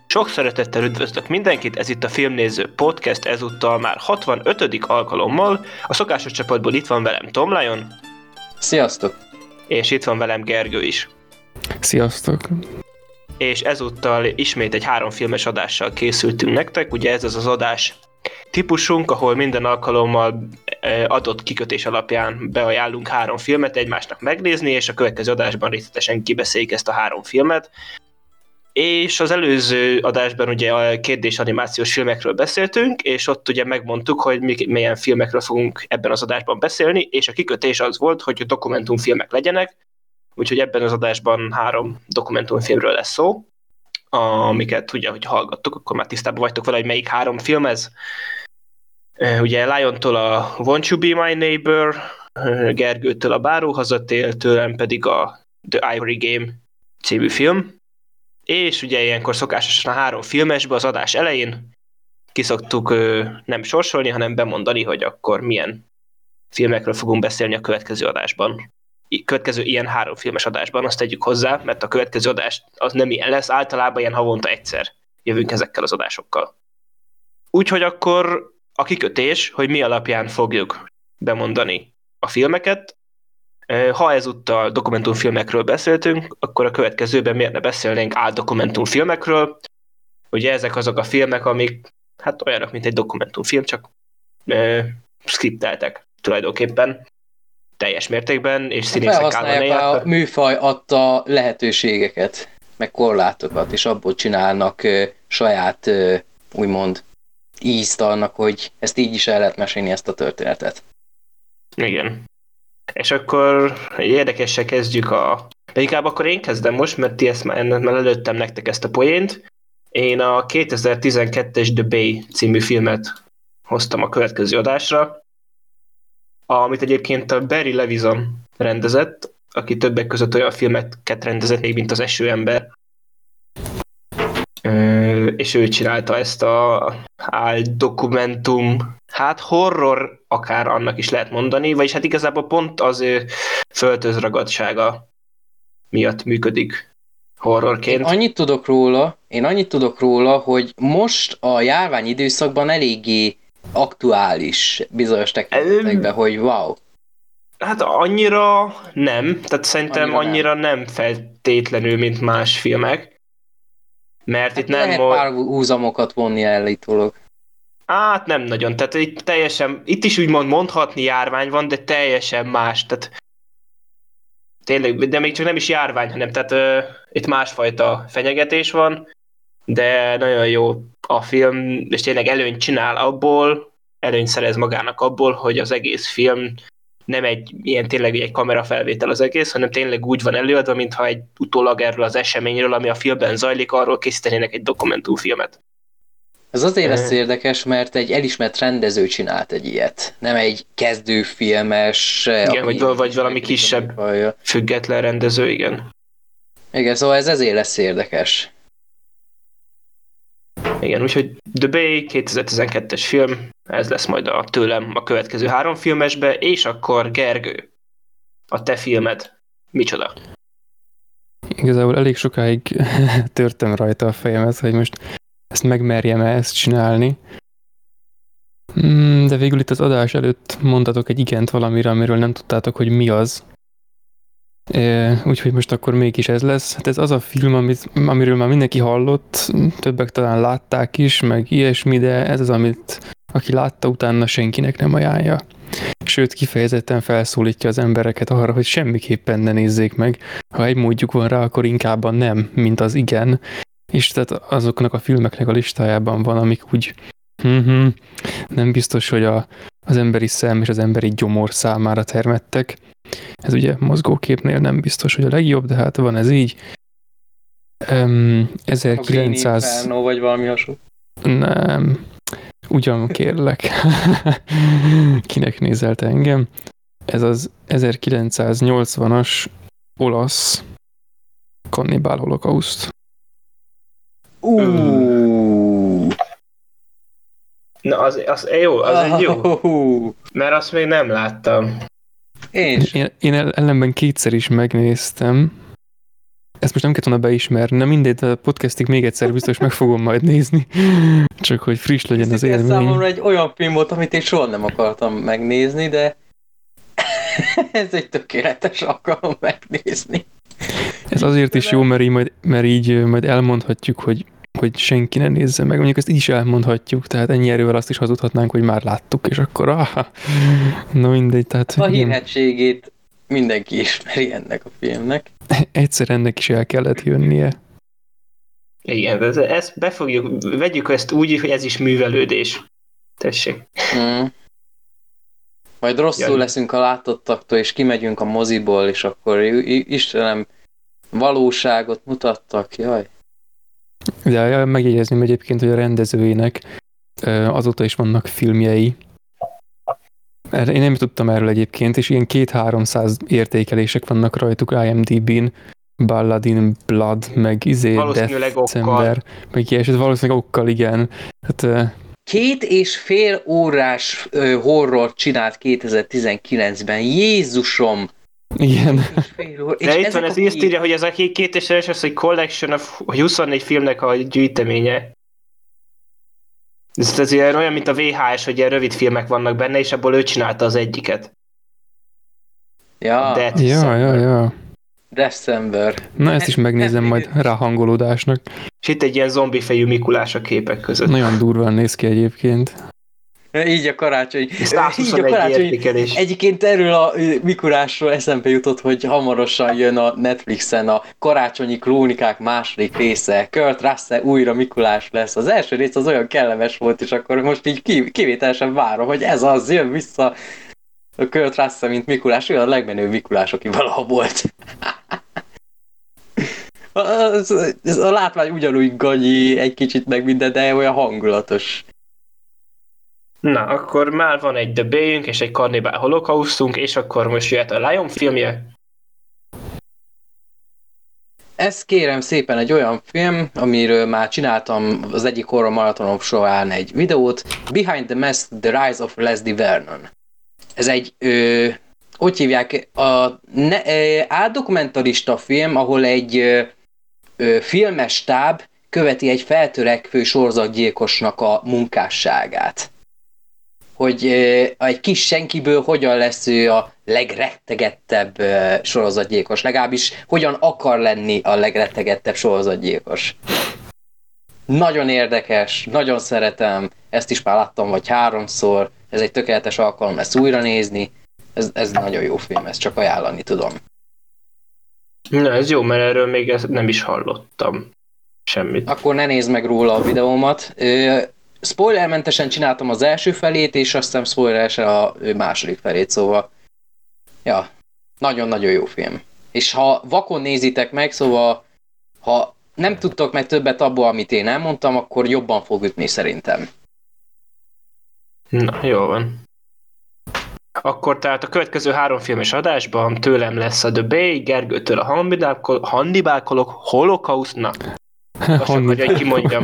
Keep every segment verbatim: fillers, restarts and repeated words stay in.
Sok szeretettel üdvözlök mindenkit, ez itt a Filmnéző Podcast, ezúttal már hatvanötödik alkalommal. A szokásos csapatból itt van velem Tom Lion. Sziasztok! És itt van velem Gergő is. Sziasztok! És ezúttal ismét egy három filmes adással készültünk nektek, ugye ez az az adás típusunk, ahol minden alkalommal adott kikötés alapján beajánlunk három filmet egymásnak megnézni, és a következő adásban részletesen kibeszéljük ezt a három filmet. És az előző adásban ugye a kérdés animációs filmekről beszéltünk, és ott ugye megmondtuk, hogy milyen filmekről fogunk ebben az adásban beszélni, és a kikötés az volt, hogy dokumentumfilmek legyenek, úgyhogy ebben az adásban három dokumentumfilmről lesz szó, amiket ugye, hogy hallgattuk, akkor már tisztában vagytok vele, hogy melyik három film ez. Ugye Liontól a Won't You Be My Neighbor, Gergőtől a Báró hazatér, tőlem pedig a The Ivory Game című film. És ugye ilyenkor szokásosan a három filmesbe az adás elején kiszoktuk ö, nem sorsolni, hanem bemondani, hogy akkor milyen filmekről fogunk beszélni a következő adásban. I- következő ilyen három filmes adásban, azt tegyük hozzá, mert a következő adás az nem ilyen lesz, általában ilyen havonta egyszer jövünk ezekkel az adásokkal. Úgyhogy akkor a kikötés, hogy mi alapján fogjuk bemondani a filmeket. Ha ezúttal dokumentumfilmekről beszéltünk, akkor a következőben miért ne beszélnénk áldokumentumfilmekről. Ugye ezek azok a filmek, amik hát olyanok, mint egy dokumentumfilm, csak ö, skripteltek tulajdonképpen teljes mértékben, és színészek állandóan. A műfaj adta lehetőségeket, meg korlátokat, és abból csinálnak ö, saját ö, úgymond ízt annak, hogy ezt így is el lehet mesélni, ezt a történetet. Igen. És akkor érdekessel kezdjük a... De inkább akkor én kezdem most, mert ti ezt már, már előttem nektek ezt a poént. Én a kétezer-tizenkettes The Bay című filmet hoztam a következő adásra, amit egyébként a Barry Levinson rendezett, aki többek között olyan filmeket rendezett még, mint az Esőember. És ő csinálta ezt a áldokumentum, hát horror akár annak is lehet mondani, vagyis hát igazából pont az ő földhözragadtsága miatt működik horrorként. Én annyit tudok róla, én annyit tudok róla, hogy most a járvány időszakban eléggé aktuális bizonyos tekintetekben, hogy wow. Hát annyira nem, tehát szerintem annyira, annyira nem. nem feltétlenül, mint más filmek. Mert hát itt nem lehet pár húzamokat vonni állítólag. Hát nem nagyon, tehát itt teljesen, itt is úgymond mondhatni járvány van, de teljesen más, tehát tényleg, de még csak nem is járvány, hanem tehát ö, itt másfajta fenyegetés van, de nagyon jó a film, és tényleg előnyt csinál abból, előnyt szerez magának abból, hogy az egész film nem egy ilyen tényleg egy kamerafelvétel az egész, hanem tényleg úgy van előadva, mintha egy utólag erről az eseményről, ami a filmben zajlik, arról készítenének egy dokumentumfilmet. Ez azért lesz érdekes, mert egy elismert rendező csinált egy ilyet. Nem egy kezdőfilmes... Igen, vagy, vagy valami kisebb műfajja. Független rendező, igen. Igen, szóval ez ezért lesz érdekes. Igen, úgyhogy The Bay kétezer-tizenkettes film, ez lesz majd a tőlem a következő három filmesbe, és akkor Gergő, a te filmed, micsoda? Igazából elég sokáig törtem rajta a fejemet, hogy most ezt megmerjem-e ezt csinálni. De végül itt az adás előtt mondtatok egy igent valamire, amiről nem tudtátok, hogy mi az. Úgyhogy most akkor mégis ez lesz. Hát ez az a film, amit, amiről már mindenki hallott, többek talán látták is, meg ilyesmi, de ez az, amit aki látta, utána senkinek nem ajánlja. Sőt, kifejezetten felszólítja az embereket arra, hogy semmiképpen ne nézzék meg. Ha egy módjuk van rá, akkor inkább a nem, mint az igen. És tehát azoknak a filmeknek a listájában van, amik úgy mm-hmm, nem biztos, hogy a, az emberi szem és az emberi gyomor számára termettek. Ez ugye mozgóképnél nem biztos, hogy a legjobb, de hát van ez így. Um, ezerkilencszáz... A Inferno vagy valami hasonló? Nem. Ugyan kérlek. Kinek nézelte engem? Ez az ezerkilencszáznyolcvanas olasz kannibál holokauszt. Uh. Na, az, az jó, az egy jó. Mert azt még nem láttam. Én, én, én ellenben kétszer is megnéztem. ezt most nem kellett volna beismerni, de mindegy, a podcastig még egyszer biztos meg fogom majd nézni, csak hogy friss legyen az Ez számomra élmény. egy olyan film volt, amit én soha nem akartam megnézni, de ez egy tökéletes alkalom megnézni. Ez azért is jó, mert így majd, mert így majd elmondhatjuk, hogy, hogy senki ne nézze meg. Mondjuk ezt így is elmondhatjuk, tehát ennyi erővel azt is hazudhatnánk, hogy már láttuk, és akkor ah, no mindegy. Tehát, A igen, hírhetségét mindenki ismeri ennek a filmnek. egyszer ennek is el kellett jönnie. Igen, ez, ezt befogjuk, vegyük ezt úgy, hogy ez is művelődés. Tessék. Mm. Majd rosszul Jaj. leszünk a látottaktól, és kimegyünk a moziból, és akkor Istenem, valóságot mutattak, jaj. De megjegyezném egyébként, hogy a rendezőjének azóta is vannak filmjei. Én nem tudtam erről egyébként, és ilyen két-háromszáz értékelések vannak rajtuk I M D B-n, Ballad in Blood, meg izé Valószínűleg December, meg ilyesmi, valószínűleg okkal, igen. Hát, Két és fél órás uh, horror csinált kétezer-tizenkilencben, Jézusom! igen. De itt van, ez így írja, hogy ez a két és fél az, hogy collection of huszonnégy filmnek a gyűjteménye. Ez azért olyan, mint a V H S, hogy ilyen rövid filmek vannak benne, és abból ő csinálta az egyiket. Ja, Death Ja, December. ja, ja. December. Na ezt is megnézem majd ráhangolódásnak. És itt egy ilyen zombi fejű Mikulás a képek között. Nagyon durván néz ki egyébként. Így a karácsony. Így a százhuszonegy karácsony. értékelés. Egyébként erről a Mikulásról eszembe jutott, hogy hamarosan jön a Netflixen a Karácsonyi Krónikák második része. Kurt Russell újra Mikulás lesz. Az első rész az olyan kellemes volt, és akkor most így kivételesen várom, hogy ez az, jön vissza a Kurt Russell, mint Mikulás. Olyan a legmenőbb Mikulás, aki valaha volt. A látvány ugyanúgy gagyi, egy kicsit meg minden, de olyan hangulatos. Na, akkor már van egy The Bay-ünk és egy Kannibál Holokausztunk, és akkor most jöhet a Lion filmje. Ez kérem szépen egy olyan film, amiről már csináltam az egyik horror maratonom során egy videót, Behind the Mask, The Rise of Leslie Vernon. Ez egy, ö, hogy hívják, a ne, ö, áldokumentarista film, ahol egy ö, ö, filmes stáb követi egy feltörekvő sorozatgyilkosnak a munkásságát. Hogy ö, egy kis senkiből hogyan lesz ő a legrettegettebb ö, sorozatgyilkos, legalábbis hogyan akar lenni a legrettegettebb sorozatgyilkos. Nagyon érdekes, nagyon szeretem, ezt is már láttam vagy háromszor, ez egy tökéletes alkalom ezt újra nézni, ez, ez nagyon jó film, ezt csak ajánlani tudom. Na, ez jó, mert erről még nem is hallottam semmit. Akkor ne nézd meg róla a videómat. Ö, spoilermentesen csináltam az első felét, és aztán spoileresen a második felét, szóval ja, nagyon-nagyon jó film. És ha vakon nézitek meg, szóval ha nem tudtok meg többet abból, amit én elmondtam, akkor jobban fog ütni szerintem. Na, jó van. Akkor tehát a következő három filmes adásban tőlem lesz a The Bay, Gergőtől a Hannibal, Hannibal Holocaust, na, azt csak, hogy kimondjam.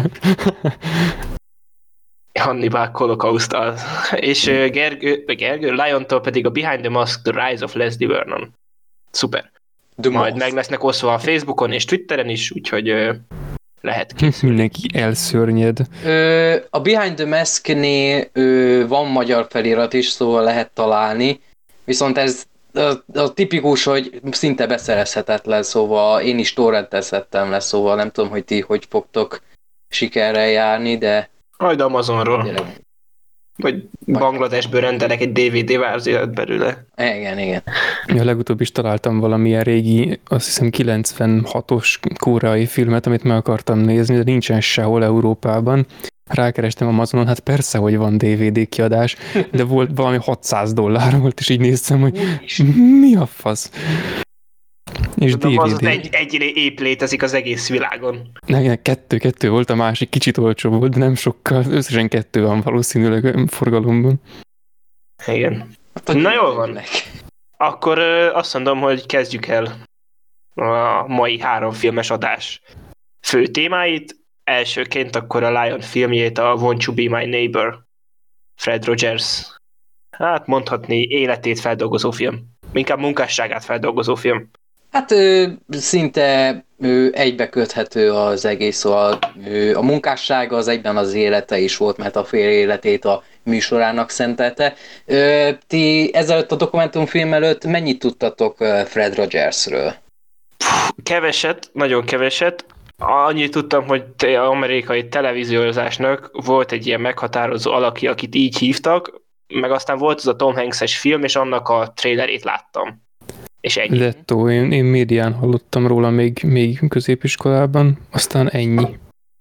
Hannibal Holocaust az. És uh, Gergő, Gergő, Liontól pedig a Behind the Mask, The Rise of Leslie Vernon. Szuper. The Majd Mask. meg lesznek oszva a Facebookon és Twitteren is, úgyhogy uh, lehet készülni. Mindenki elszörnyed. Ö, a Behind the Mask-nél ö, van magyar felirat is, szóval lehet találni, viszont ez a, a tipikus, hogy szinte beszerezhetetlen, szóval én is torrentezhettem le, szóval nem tudom, hogy ti hogy fogtok sikerrel járni, de Majd Amazonról. tényleg, Vagy Bangladesből rendelek egy dé vé dé verziót belőle. igen, igen. Ja, legutóbb is találtam valamilyen régi, azt hiszem kilencvenhatos koreai filmet, amit meg akartam nézni, de nincsen sehol Európában. Rákerestem Amazonon, hát persze, hogy van dé vé dé kiadás, de volt valami hatszáz dollár volt, és így néztem, hogy mi a fasz? És Tudom, az dé vé dé. egy, egy épp létezik az egész világon. Ne, kettő, kettő volt, a másik kicsit olcsóbb volt, de nem sokkal, összesen kettő van valószínűleg forgalomban. Igen. Hát, Na jól van. Akkor ö, azt mondom, hogy kezdjük el a mai három filmes adás fő témáit. Elsőként akkor a Lion filmjét, a Want to be my neighbor, Fred Rogers. Hát mondhatni életét feldolgozó film. Inkább munkásságát feldolgozó film. Hát ö, szinte ő egybeköthető az egész, szóval ő, a munkássága az egyben az élete is volt, mert a fél életét a műsorának szentelte. Ö, ti ezelőtt a dokumentumfilm előtt mennyit tudtatok Fred Rogersről? Keveset, nagyon keveset. Annyit tudtam, hogy te- amerikai televíziózásnak volt egy ilyen meghatározó alaki, akit így hívtak, meg aztán volt az a Tom Hanks-es film, és annak a trailerét láttam. És ennyi. Lettó, én, én médián hallottam róla még, még középiskolában, aztán ennyi.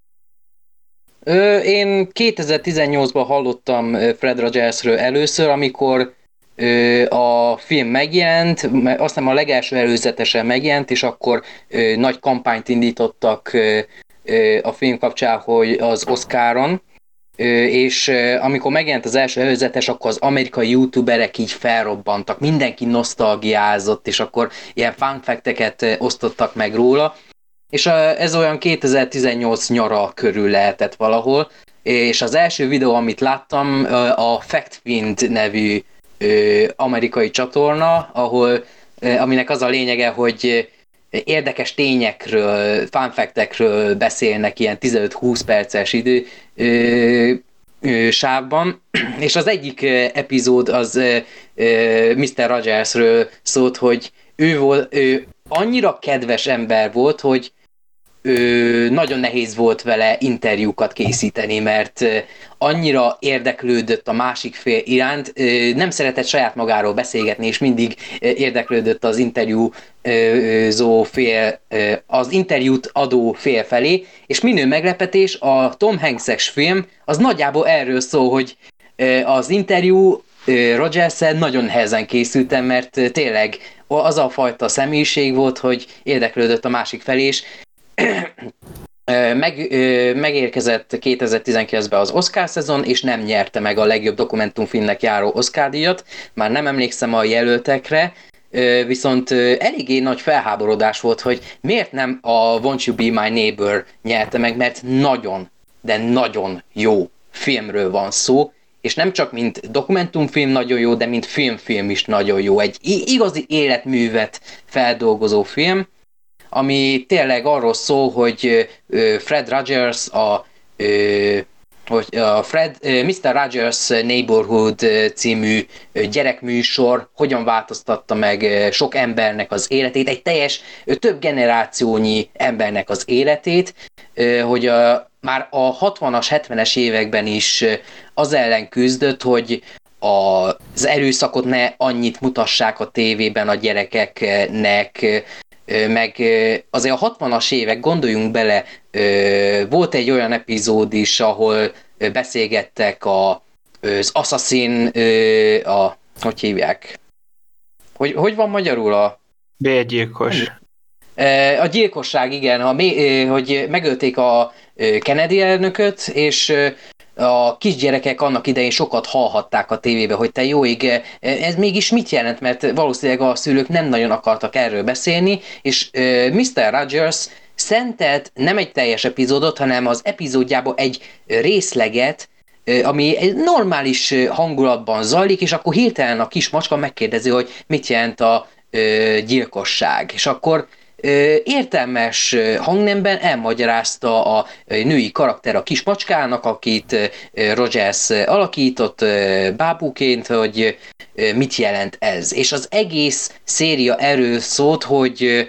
Ö, én kétezer-tizennyolcban hallottam Fred Rogersről először, amikor ö, a film megjelent, azt hiszem a legelső előzetesen megjelent, és akkor ö, nagy kampányt indítottak ö, ö, a film kapcsán, hogy az Oscaron, ö, és ö, amikor megjelent az első előzetes, akkor az amerikai youtuberek így felrobbantak, mindenki nosztalgiázott, és akkor ilyen fun fact-eket ö, osztottak meg róla. És ez olyan kétezer-tizennyolc nyara körül lehetett valahol, és az első videó, amit láttam, a FactFind nevű amerikai csatorna, ahol, aminek az a lényege, hogy érdekes tényekről, fun fact-ekről beszélnek ilyen tizenöt-húsz perces idő sávban, és az egyik epizód az miszter Rogersről szólt, hogy ő, volt, ő annyira kedves ember volt, hogy Ö, nagyon nehéz volt vele interjúkat készíteni, mert ö, annyira érdeklődött a másik fél iránt, ö, nem szeretett saját magáról beszélgetni, és mindig ö, érdeklődött az interjúzó fél, ö, az interjút adó fél felé, és minő meglepetés, a Tom Hanks-es film az nagyjából erről szól, hogy ö, az interjú ö, Rogers-szel nagyon nehezen készültem, mert ö, tényleg az a fajta személyiség volt, hogy érdeklődött a másik felé, és Meg, megérkezett kétezer-tizenkilencben az Oscar szezon, és nem nyerte meg a legjobb dokumentumfilmnek járó Oscar-díjat, már nem emlékszem a jelöltekre, viszont eléggé nagy felháborodás volt, hogy miért nem a Won't You Be My Neighbor nyerte meg, mert nagyon, de nagyon jó filmről van szó, és nem csak mint dokumentumfilm nagyon jó, de mint filmfilm is nagyon jó, egy igazi életművet feldolgozó film, ami tényleg arról szól, hogy Fred Rogers, a, hogy a Fred, miszter Rogers Neighborhood című gyerekműsor hogyan változtatta meg sok embernek az életét, egy teljes, több generációnyi embernek az életét, hogy a, már a hatvanas, hetvenes években is az ellen küzdött, hogy az erőszakot ne annyit mutassák a tévében a gyerekeknek, meg azért a hatvanas évek, gondoljunk bele, volt egy olyan epizód is, ahol beszélgettek a, az Assassin, a, hogy hívják? Hogy, hogy van magyarul a... Bérgyilkos. A gyilkosság, igen, ha, hogy megölték a Kennedy elnököt, és a kisgyerekek annak idején sokat hallhatták a tévébe, hogy te jó ég, ez mégis mit jelent, mert valószínűleg a szülők nem nagyon akartak erről beszélni, és miszter Rogers szentelt nem egy teljes epizódot, hanem az epizódjából egy részleget, ami egy normális hangulatban zajlik, és akkor hirtelen a kis macska megkérdezi, hogy mit jelent a gyilkosság, és akkor értelmes hangnemben elmagyarázta a női karakter a kis macskának, akit Rogers alakított bábúként, hogy mit jelent ez. És az egész széria erről szólt, hogy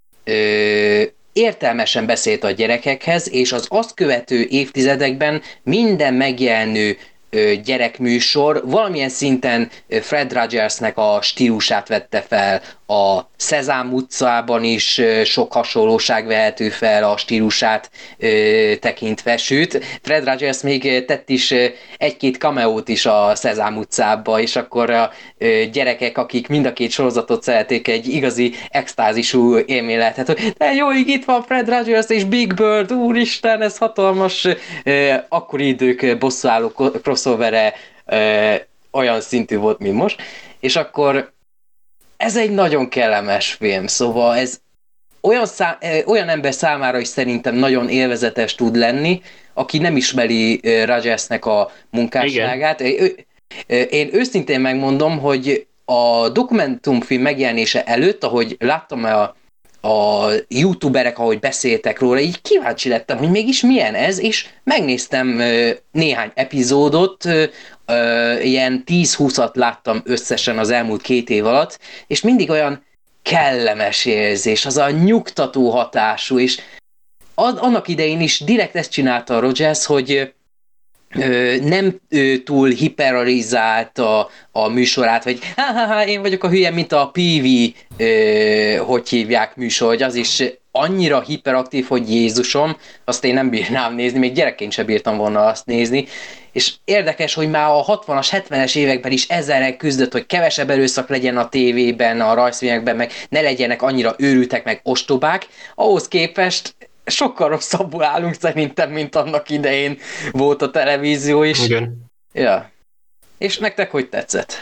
értelmesen beszélt a gyerekekhez, és az azt követő évtizedekben minden megjelenő gyerekműsor valamilyen szinten Fred Rogersnek a stílusát vette fel. A Szezám utcában is sok hasonlóság vehető fel a stílusát ö, tekintve, sőt, Fred Rogers még tett is egy-két cameót is a Szezám utcába, és akkor a ö, gyerekek, akik mind a két sorozatot szerették, egy igazi extázisú élmény lehetett, hogy de jó, így itt van Fred Rogers és Big Bird, úristen, ez hatalmas, ö, akkori idők bosszúálló crossovere ö, olyan szintű volt, mint most, és akkor ez egy nagyon kellemes film, szóval ez olyan, szám, olyan ember számára is szerintem nagyon élvezetes tud lenni, aki nem ismeri Rogersnek a munkásságát. Igen. Én őszintén megmondom, hogy a dokumentumfilm megjelenése előtt, ahogy láttam a, a youtuberek, ahogy beszéltek róla, így kíváncsi lettem, hogy mégis milyen ez, és megnéztem ö, néhány epizódot, ö, ö, ilyen tíz-húszat láttam összesen az elmúlt két év alatt, és mindig olyan kellemes érzés, az a nyugtató hatású, és ad, annak idején is direkt ezt csinálta a Rogers, hogy ö, nem ö, túl hiperalizált a, a műsorát, vagy ha én vagyok a hülye, mint a pé vé, ö, hogy hívják műsor, hogy az is annyira hiperaktív, hogy Jézusom, azt én nem bírnám nézni, még gyerekként sem bírtam volna azt nézni, és érdekes, hogy már a hatvanas, hetvenes években is ezzel küzdött, hogy kevesebb erőszak legyen a tévében, a rajzfilmekben, meg ne legyenek annyira őrültek, meg ostobák, ahhoz képest sokkal rosszabbul állunk szerintem, mint annak idején volt a televízió is. Igen. Ja. És nektek hogy tetszett?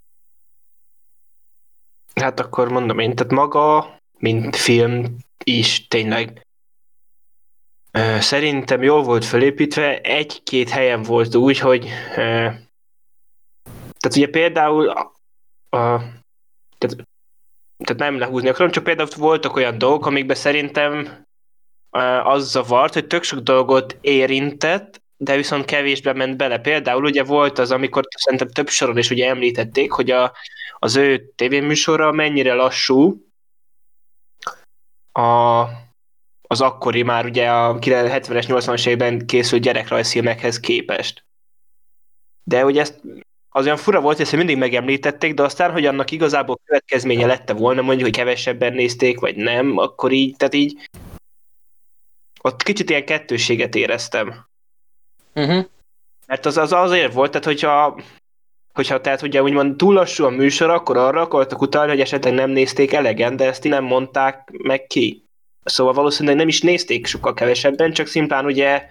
Hát akkor mondom én, tehát maga, mint film is tényleg uh, szerintem jól volt felépítve, egy-két helyen volt úgy, hogy uh, tehát ugye például a, a, tehát, tehát nem lehúzni akarom, csak például voltak olyan dolgok, amikben szerintem az zavart, hogy tök sok dolgot érintett, de viszont kevésbe ment bele. Például ugye volt az, amikor szerintem több soron is ugye említették, hogy a, az ő tévéműsora mennyire lassú a, az akkori már ugye a hetvenes, nyolcvanas években készült gyerekrajzfilmekhez képest. De ugye ezt az olyan fura volt, hogy ezt mindig megemlítették, de aztán, hogy annak igazából következménye lette volna, mondjuk, hogy kevesebben nézték, vagy nem, akkor így, tehát így ott kicsit ilyen kettősséget éreztem. Uh-huh. Mert az, az azért volt, tehát hogyha, hogyha tehát ugye úgymond túl lassú a műsor, akkor arra akartak utalni, hogy esetleg nem nézték elegen, de ezt nem mondták meg ki. Szóval valószínűleg nem is nézték sokkal kevesebben, csak szimplán ugye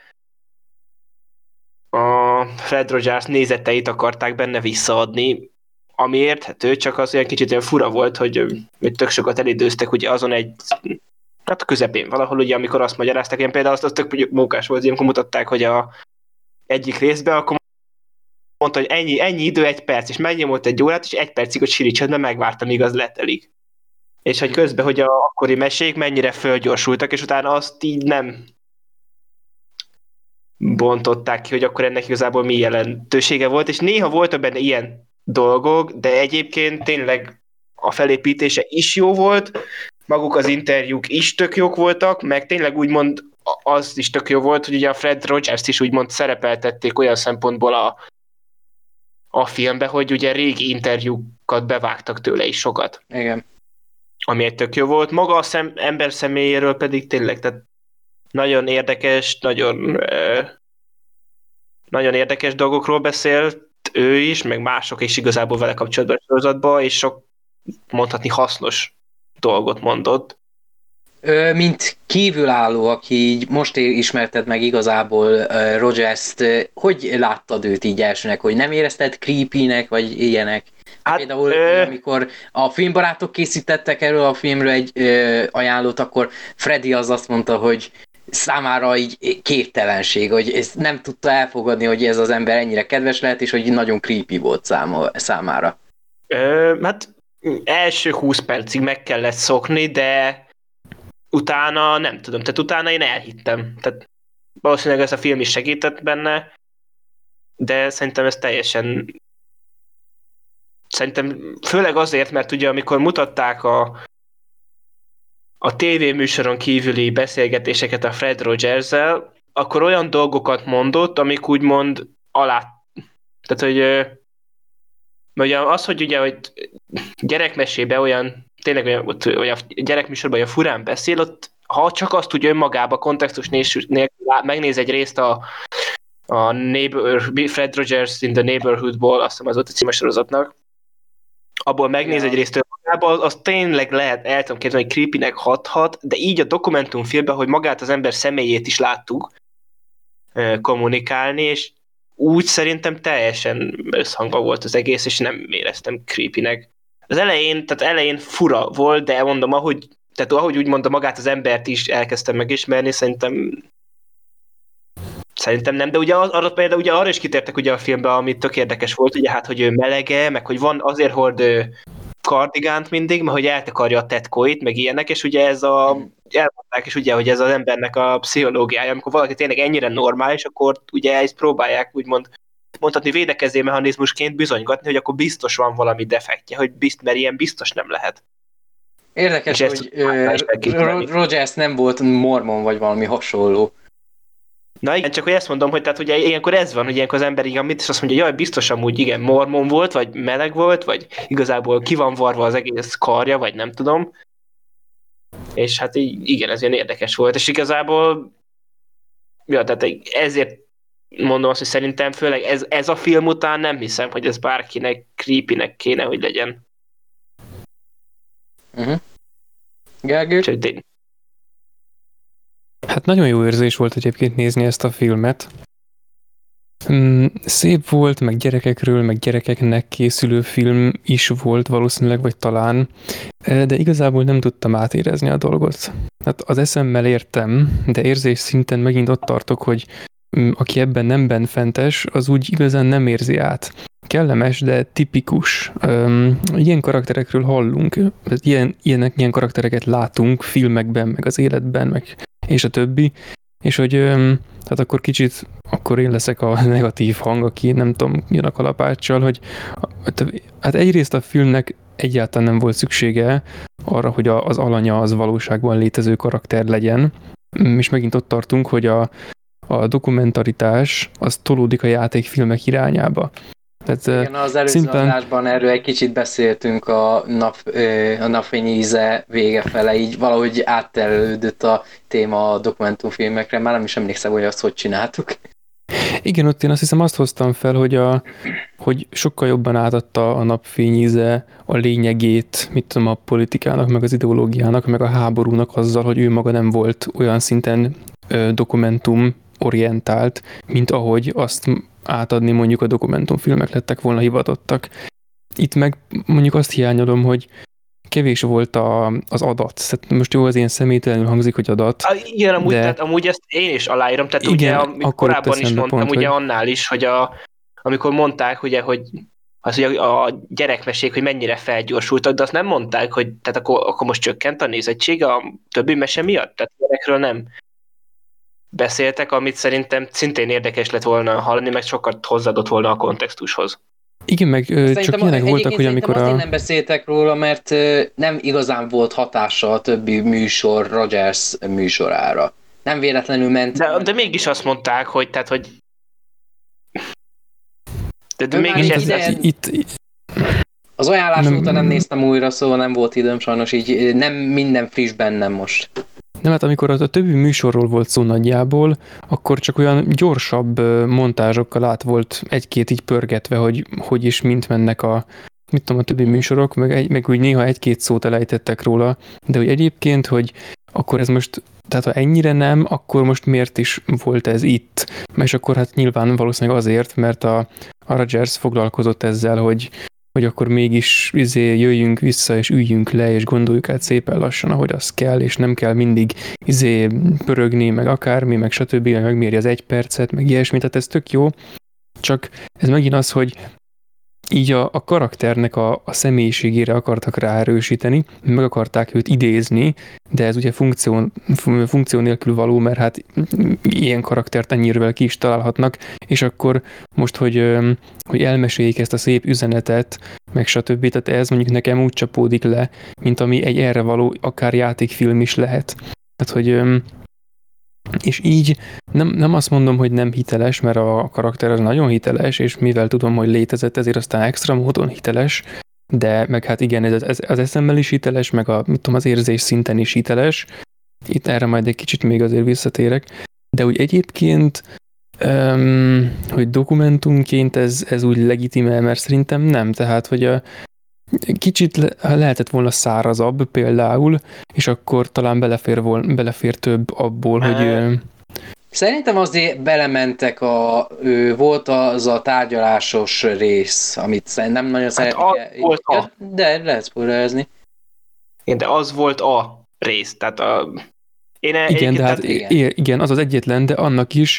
a Fred Rogers nézeteit akarták benne visszaadni, ami érthető, csak az olyan kicsit olyan fura volt, hogy, hogy tök sokat elidőztek ugye azon egy hát a közepén valahol, ugye, amikor azt magyarázták, én például azt, azt tök mókás volt, amikor mutatták, hogy a egyik részben, akkor mondta, hogy ennyi, ennyi idő, egy perc, és megnyomott egy órát, és egy percig, hogy Siri csöndben megvárta, míg az letelik. És hogy közben, hogy a akkori mesék mennyire fölgyorsultak, és utána azt így nem bontották ki, hogy akkor ennek igazából mi jelentősége volt, és néha voltak benne ilyen dolgok, de egyébként tényleg a felépítése is jó volt, maguk az interjúk is tök jók voltak, meg tényleg úgymond az is tök jó volt, hogy ugye a Fred Rogers-t is úgymond szerepeltették olyan szempontból a, a filmbe, hogy ugye régi interjúkat bevágtak tőle is sokat. Igen. Ami egy tök jó volt. Maga a szem, ember személyéről pedig tényleg, tehát nagyon érdekes, nagyon, eh, nagyon érdekes dolgokról beszélt ő is, meg mások is igazából vele kapcsolatban a sorozatban, és sok mondhatni hasznos dolgot mondott. Ö, mint kívülálló, aki így most ismerted meg igazából uh, Rogers-t, hogy láttad őt így elsőnek, hogy nem érezted creepy-nek, vagy ilyenek? Hát, például ö... amikor a filmbarátok készítettek erről a filmről egy ö, ajánlót, akkor Freddy az azt mondta, hogy számára így képtelenség, hogy ezt nem tudta elfogadni, hogy ez az ember ennyire kedves lehet, és hogy nagyon creepy volt száma, számára. Ö, hát első húsz percig meg kellett szokni, de utána nem tudom, tehát utána én elhittem. Tehát valószínűleg ez a film is segített benne, de szerintem ez teljesen szerintem főleg azért, mert ugye amikor mutatták a a tévéműsoron kívüli beszélgetéseket a Fred Rogers-zel, akkor olyan dolgokat mondott, amik úgymond alá... Tehát, hogy ugye az, hogy ugye, hogy gyerekmesébe olyan, tényleg olyan, vagy a gyerekműsorban olyan furán beszél, ott ha csak azt tudja önmagába kontextus nélkül megnéz egy részt a, a neighbor, Fred Rogers in the Neighborhoodból, azt hiszem az ott a címes sorozatnak, abból megnéz ja. egy részt önmagában, az, az tényleg lehet, el tudom képzelni, hogy creepynek hathat, de így a dokumentumfilmben, hogy magát az ember személyét is láttuk kommunikálni, és úgy szerintem teljesen összhangban volt az egész, és nem éreztem creepynek. Az elején, tehát elején fura volt, de mondom, ahogy, tehát ahogy úgy mondom, magát az embert is elkezdtem megismerni, szerintem Szerintem nem, de ugye, arra, például ugye arra is kitértek ugye a filmben, ami tök érdekes volt, ugye hát, hogy ő melege, meg hogy van azért hord kardigánt mindig, mert hogy eltakarja a tetkóit, meg ilyenek, és ugye ez a, elmondták is ugye, hogy ez az embernek a pszichológiája, amikor valaki tényleg ennyire normális, akkor ugye ezt próbálják úgymond mondhatni védekező mechanizmusként bizonygatni, hogy akkor biztos van valami defektje, hogy bizt, mert ilyen biztos nem lehet. Érdekes, hogy uh, Rogers nem volt mormon, vagy valami hasonló. Na igen, csak hogy ezt mondom, hogy tehát ugye ilyenkor ez van, hogy ilyenkor az ember igen, mit is azt mondja, jaj, biztos amúgy igen, mormon volt, vagy meleg volt, vagy igazából ki van varva az egész karja, vagy nem tudom. És hát igen, ez ilyen érdekes volt, és igazából ja, tehát ezért mondom azt, hogy szerintem főleg ez, ez a film után nem hiszem, hogy ez bárkinek creepynek kéne, hogy legyen. Uh-huh. Gergő? Hát nagyon jó érzés volt egyébként nézni ezt a filmet. Szép volt, meg gyerekekről, meg gyerekeknek készülő film is volt valószínűleg, vagy talán, de igazából nem tudtam átérezni a dolgot. Hát az eszemmel értem, de érzés szinten megint ott tartok, hogy aki ebben nem benfentes, az úgy igazán nem érzi át. Kellemes, de tipikus. Um, ilyen karakterekről hallunk, ilyen, ilyenek, ilyen karaktereket látunk filmekben, meg az életben, meg és a többi, és hogy um, tehát akkor kicsit, akkor én leszek a negatív hang, aki nem tudom, jön a kalapáccsal, hogy hát egyrészt a filmnek egyáltalán nem volt szüksége arra, hogy a, az alanya az valóságban létező karakter legyen, és megint ott tartunk, hogy a a dokumentaritás az tolódik a játékfilmek irányába. Tehát, igen, az előző szimplán... adásban erről egy kicsit beszéltünk a, nap, a napfény íze vége fele, így valahogy átterelődött a téma a dokumentumfilmekre, már nem is emlékszem, hogy azt hogy csináltuk. Igen, ott én azt hiszem azt hoztam fel, hogy, a, hogy sokkal jobban átadta a napfény íze a lényegét, mit tudom, a politikának, meg az ideológiának, meg a háborúnak azzal, hogy ő maga nem volt olyan szinten ö, dokumentum orientált, mint ahogy azt átadni mondjuk a dokumentumfilmek lettek volna hivatottak. Itt meg mondjuk azt hiányolom, hogy kevés volt a, az adat. Tehát most jó, az ilyen személytelenül hangzik, hogy adat. A, igen, amúgy, de... tehát, amúgy ezt én is aláírom. Tehát igen, ugye, amikor korábban is mondtam, pont, ugye hogy... annál is, hogy a, amikor mondták, ugye, hogy az ugye a gyerekmesék, hogy mennyire felgyorsultak, de azt nem mondták, hogy tehát akkor, akkor most csökkent a nézettség a többi mese miatt? Tehát gyerekről nem beszéltek, amit szerintem szintén érdekes lett volna hallani, meg sokat hozzáadott volna a kontextushoz. Igen, meg szerintem csak ilyenek voltak, hogy amikor a... nem beszéltek róla, mert nem igazán volt hatása a többi műsor Rogers műsorára. Nem véletlenül ment. De, de mégis azt mondták, hogy tehát, hogy de, de mégis ez, ide... ez... Itt, itt... Az ajánlás nem... óta nem néztem újra, szóval nem volt időm sajnos, így nem minden friss bennem most. Nem, hát amikor a többi műsorról volt szó nagyjából, akkor csak olyan gyorsabb montázsokkal át volt egy-két így pörgetve, hogy hogy is mint mennek a, mit tudom, a többi műsorok, meg, egy, meg úgy néha egy-két szót elejtettek róla, de hogy egyébként, hogy akkor ez most, tehát ha ennyire nem, akkor most miért is volt ez itt? És akkor hát nyilván valószínűleg azért, mert a, a Rogers foglalkozott ezzel, hogy hogy akkor mégis izé, jöjjünk vissza, és üljünk le, és gondoljuk át szépen lassan, ahogy az kell, és nem kell mindig izé, pörögni, meg akármi, meg stb. Meg megméri az egy percet, meg ilyesmi, tehát ez tök jó, csak ez megint az, hogy így a, a karakternek a, a személyiségére akartak ráerősíteni, meg akarták őt idézni, de ez ugye funkció, funkció nélkül való, mert hát ilyen karaktert ennyivel ki is találhatnak, és akkor most, hogy, hogy elmeséljék ezt a szép üzenetet, meg stb. Tehát ez mondjuk nekem úgy csapódik le, mint ami egy erre való akár játékfilm is lehet. Tehát, hogy és így nem, nem azt mondom, hogy nem hiteles, mert a karakter az nagyon hiteles, és mivel tudom, hogy létezett, ezért aztán extra módon hiteles, de meg hát igen, ez, ez az eszemmel is hiteles, meg a, mit tudom, az érzés szinten is hiteles. Itt erre majd egy kicsit még azért visszatérek. De úgy egyébként, um, hogy dokumentumként ez, ez úgy legitime, mert szerintem nem. Tehát, hogy a kicsit le, lehetett volna szárazabb például, és akkor talán belefér, vol, belefér több abból, hát, hogy... Szerintem azért belementek a... Ő, volt az a tárgyalásos rész, amit nem nagyon hát szeretik. Volt a... Ja, de lehet spoilerezni. Igen, de az volt a rész, tehát a... Én igen, de hát, igen. igen, az az egyetlen, de annak is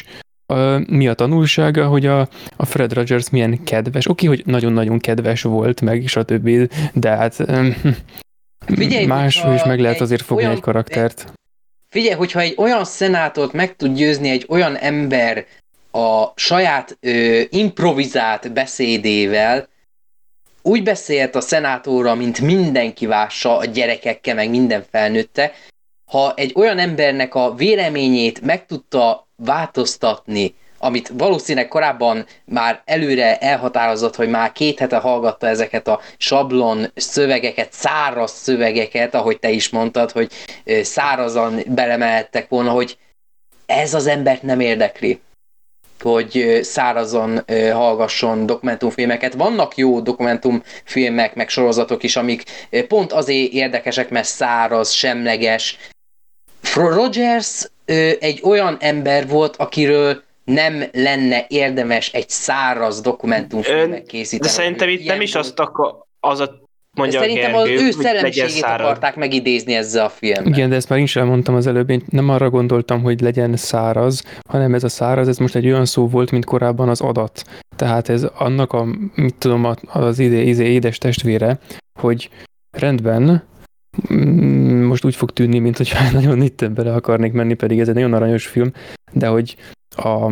a, mi a tanulsága, hogy a, a Fred Rogers milyen kedves. Oké, hogy nagyon-nagyon kedves volt, meg stb., de hát Figyelj, máshogy is meg lehet egy azért fogni olyan, egy karaktert. Figyelj, hogyha egy olyan szenátort meg tud győzni egy olyan ember a saját ö, improvizált beszédével, úgy beszélt a szenátorra, mint mindenki vássa, a gyerekekkel, meg minden felnőtte, ha egy olyan embernek a véleményét meg tudta változtatni, amit valószínűleg korábban már előre elhatározott, hogy már két hete hallgatta ezeket a sablon szövegeket, száraz szövegeket, ahogy te is mondtad, hogy szárazan belemehettek volna, hogy ez az embert nem érdekli, hogy szárazon hallgasson dokumentumfilmeket. Vannak jó dokumentumfilmek, meg sorozatok is, amik pont azért érdekesek, mert száraz, semleges. Rogers egy olyan ember volt, akiről nem lenne érdemes egy száraz dokumentumfilmet készíteni. De szerintem itt nem is azt akar, az a mondja szerintem Gergő, az ő hogy legyen szellemiségét száraz. akarták megidézni ezzel a filmmel. Igen, de ezt már én is elmondtam az előbb, én nem arra gondoltam, hogy legyen száraz, hanem ez a száraz, ez most egy olyan szó volt, mint korábban az adat. Tehát ez annak a, mit tudom, az ide, ide, édes testvére, hogy rendben, most úgy fog tűnni, mint hogy nagyon itt bele akarnék menni, pedig ez egy nagyon aranyos film, de hogy a,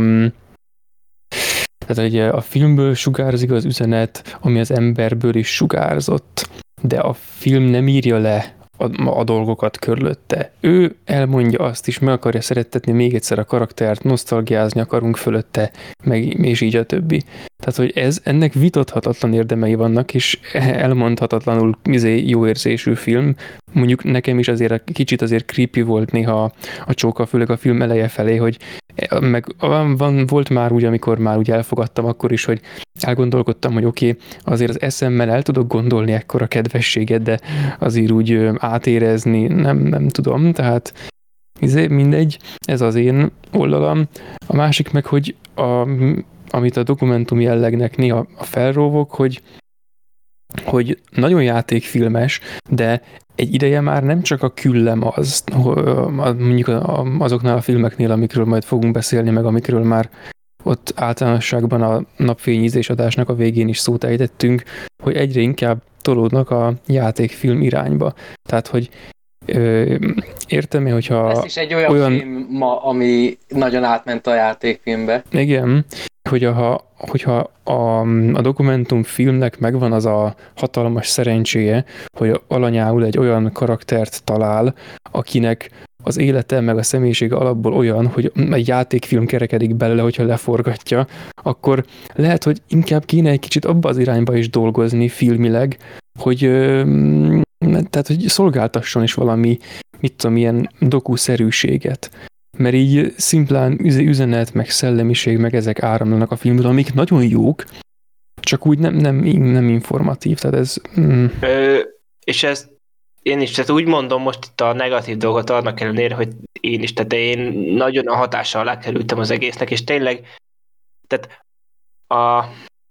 tehát ugye a filmből sugárzik az üzenet, ami az emberből is sugárzott, de a film nem írja le a, a dolgokat körülötte. Ő elmondja azt is, meg akarja szerettetni még egyszer a karaktert, nosztalgiázni akarunk fölötte, meg, és így a többi. Tehát, hogy ez, ennek vitathatatlan érdemei vannak, és elmondhatatlanul izé, jó érzésű film. Mondjuk nekem is azért kicsit azért creepy volt néha a csóka, főleg a film eleje felé, hogy meg van, van, volt már úgy, amikor már úgy elfogadtam akkor is, hogy elgondolkodtam, hogy oké, okay, azért az eszemmel el tudok gondolni ekkora kedvességet, de azért úgy átérezni nem, nem tudom, tehát mindegy, ez az én oldalam. A másik meg, hogy a, amit a dokumentum jellegnek néha felróvok, hogy, hogy nagyon játékfilmes, de egy ideje már nem csak a küllem az, mondjuk azoknál a filmeknél, amikről majd fogunk beszélni, meg amikről már ott általánosságban a napfényízés adásnak a végén is szót ejtettünk, hogy egyre inkább tolódnak a játékfilm irányba. Tehát, hogy ö, értem én, hogyha... Ez is egy olyan, olyan film ma, ami nagyon átment a játékfilmbe. Igen, hogy ha, hogyha a, a dokumentumfilmnek megvan az a hatalmas szerencséje, hogy alanyául egy olyan karaktert talál, akinek az élete meg a személyisége alapból olyan, hogy egy játékfilm kerekedik belőle, hogyha leforgatja, akkor lehet, hogy inkább kéne egy kicsit abba az irányba is dolgozni filmileg, hogy, tehát, hogy szolgáltasson is valami, mit tudom, ilyen dokuszerűséget. Mert így szimplán üzenet, meg szellemiség, meg ezek áramlanak a filmből, amik nagyon jók, csak úgy nem, nem, nem informatív. Tehát ez... Mm. Ö, és ez én is, tehát úgy mondom most itt a negatív dolgot annak ellenére, hogy én is, tehát én nagyon a hatással alá kerültem az egésznek, és tényleg, tehát, a,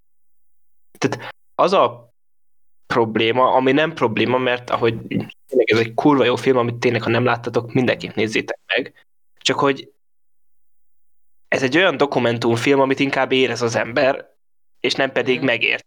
tehát az a probléma, ami nem probléma, mert ahogy tényleg ez egy kurva jó film, amit tényleg, ha nem láttatok, mindenképp nézzétek meg, csak hogy ez egy olyan dokumentumfilm, amit inkább érez az ember, és nem pedig megért.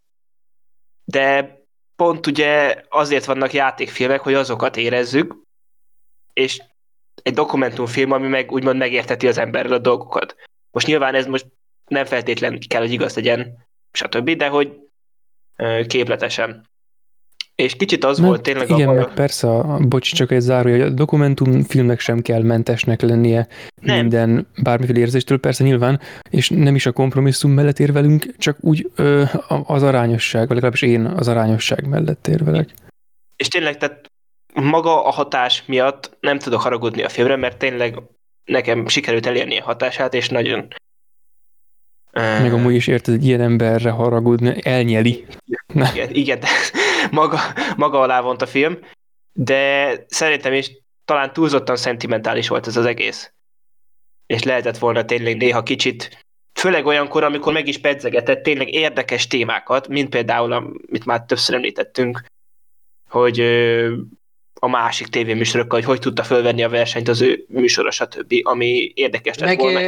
De pont ugye azért vannak játékfilmek, hogy azokat érezzük, és egy dokumentumfilm, ami meg úgymond megérteti az emberrel a dolgokat. Most nyilván ez most nem feltétlen kell, hogy igaz legyen, stb., de hogy képletesen. És kicsit az mert volt tényleg igen, a... meg persze, a, bocs, csak egy zárója, hogy a dokumentumfilmnek sem kell mentesnek lennie nem. minden bármiféle érzéstől, persze nyilván, és nem is a kompromisszum mellett érvelünk, csak úgy ö, az arányosság, vagy legalábbis én az arányosság mellett érvelek. És tényleg, tehát maga a hatás miatt nem tudok haragudni a filmre, mert tényleg nekem sikerült elérni a hatását, és nagyon... Meg amúgy is érted, egy ilyen emberre haragudni, elnyeli. Igen, igen, de maga, maga alá vont a film, de szerintem is talán túlzottan szentimentális volt ez az egész. És lehetett volna tényleg néha kicsit, főleg olyankor, amikor meg is pedzegetett tényleg érdekes témákat, mint például, amit már többször említettünk, hogy a másik tévéműsorokkal, hogy hogy tudta fölvenni a versenyt az ő műsora, stb., ami érdekes lett meg, volna. És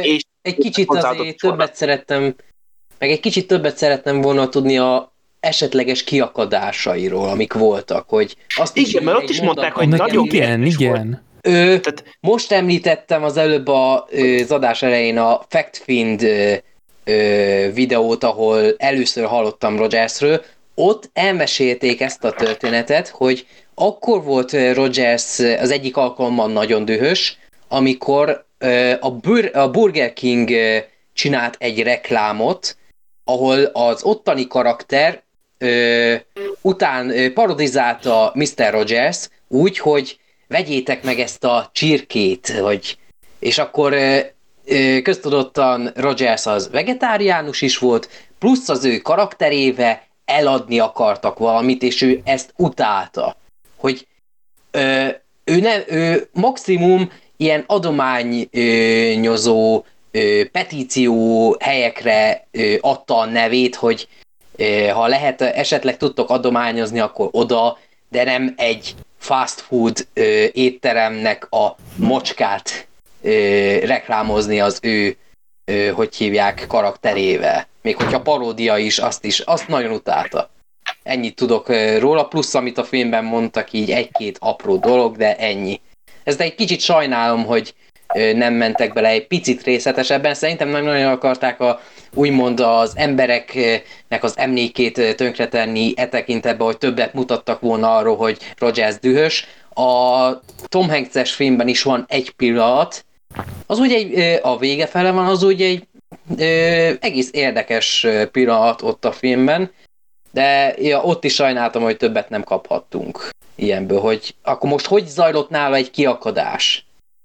egy kicsit azért többet szerettem, meg egy kicsit többet szerettem volna tudni a esetleges kiakadásairól, amik voltak, hogy azt is igen, mert ott is mondták, hogy nagyon igen, igen. Ö, Tehát... Most említettem az előbb a, az adás elején a FactFind ö, ö, videót, ahol először hallottam Rogersről. Ott elmesélték ezt a történetet, hogy akkor volt Rogers az egyik alkalommal nagyon dühös, amikor ö, a, Bur- a Burger King ö, csinált egy reklámot, ahol az ottani karakter ö, után ö, parodizálta miszter Rogers úgy, hogy vegyétek meg ezt a csirkét, hogy... és akkor ö, ö, köztudottan Rogers az vegetáriánus is volt, plusz az ő karakterével eladni akartak valamit, és ő ezt utálta. Hogy ö, ő, ne, ő maximum ilyen adományozó, ö, petíció helyekre ö, adta a nevét, hogy ö, ha lehet, esetleg tudtok adományozni, akkor oda, de nem egy fast food ö, étteremnek a mocskát ö, reklámozni az ő, ö, hogy hívják, karakterével. Még hogyha paródia is, azt is, azt nagyon utálta. Ennyit tudok ö, róla, plusz amit a filmben mondtak, így egy-két apró dolog, de ennyi. Ezt egy kicsit sajnálom, hogy ö, nem mentek bele egy picit részletesebben. Szerintem nagyon-nagyon akarták a, úgymond az embereknek az emlékét tönkretenni e tekintetben, hogy többet mutattak volna arról, hogy Rogers dühös. A Tom Hanks-es filmben is van egy pillanat, az úgy egy, a vége fele van, az úgy egy ö, egész érdekes pillanat ott a filmben, de ja, ott is sajnáltam, hogy többet nem kaphattunk ilyenből, hogy akkor most hogy zajlott nála egy kiakadás?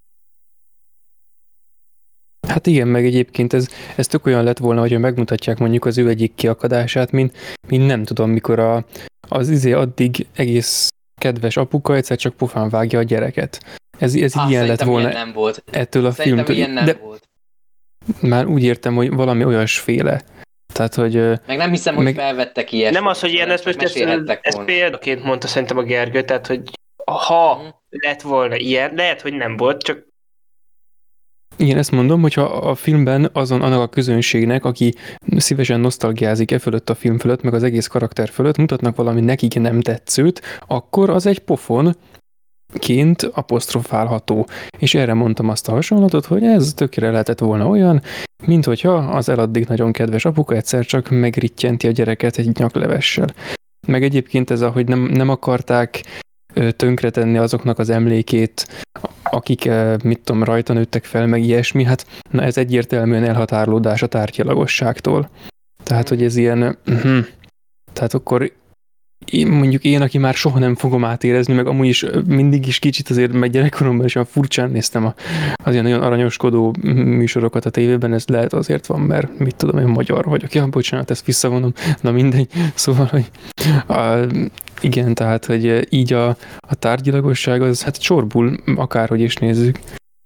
Hát igen, meg egyébként ez, ez tök olyan lett volna, hogyha megmutatják mondjuk az ő egyik kiakadását, mint, mint nem tudom, mikor a, az izé addig egész kedves apuka egyszer csak pofán vágja a gyereket. Ez, ez Há, ilyen lett volna ilyen nem volt. ettől a szerintem filmtől. Ilyen nem de volt. Már úgy értem, hogy valami olyasféle. Tehát, hogy... Meg nem hiszem, hogy meg... felvettek ilyesmit. Nem az, hogy ilyen, ezt most ezt, ezt példaként mondta szerintem a Gergő, tehát, hogy ha hmm. lett volna ilyen, lehet, hogy nem volt, csak igen, ezt mondom, hogyha a filmben azon annak a közönségnek, aki szívesen nosztalgiázik e fölött a film fölött, meg az egész karakter fölött, mutatnak valami nekik nem tetszőt, akkor az egy pofonként apostrofálható. És erre mondtam azt a hasonlatot, hogy ez tökére lehetett volna olyan, mint hogyha az eladdig nagyon kedves apuka egyszer csak megrittyenti a gyereket egy nyaklevessel. Meg egyébként ez, ahogy nem, nem akarták tönkretenni azoknak az emlékét, akik, mit tudom, rajta nőttek fel, meg ilyesmi, hát na ez egyértelműen elhatárolódás a tárgyilagosságtól. Tehát, hogy ez ilyen, uh-huh. tehát akkor én, mondjuk én, aki már soha nem fogom átérezni, meg amúgy is mindig is kicsit azért, meg gyerekkoromban is olyan furcsán néztem a, az ilyen nagyon aranyoskodó műsorokat a tévében, ez lehet azért van, mert mit tudom, én magyar vagyok. Ja, bocsánat, ezt visszavonom. Na mindegy. Szóval, hogy a, igen, tehát, hogy így a, a tárgyilagosság az hát csorbul, akárhogy is nézzük.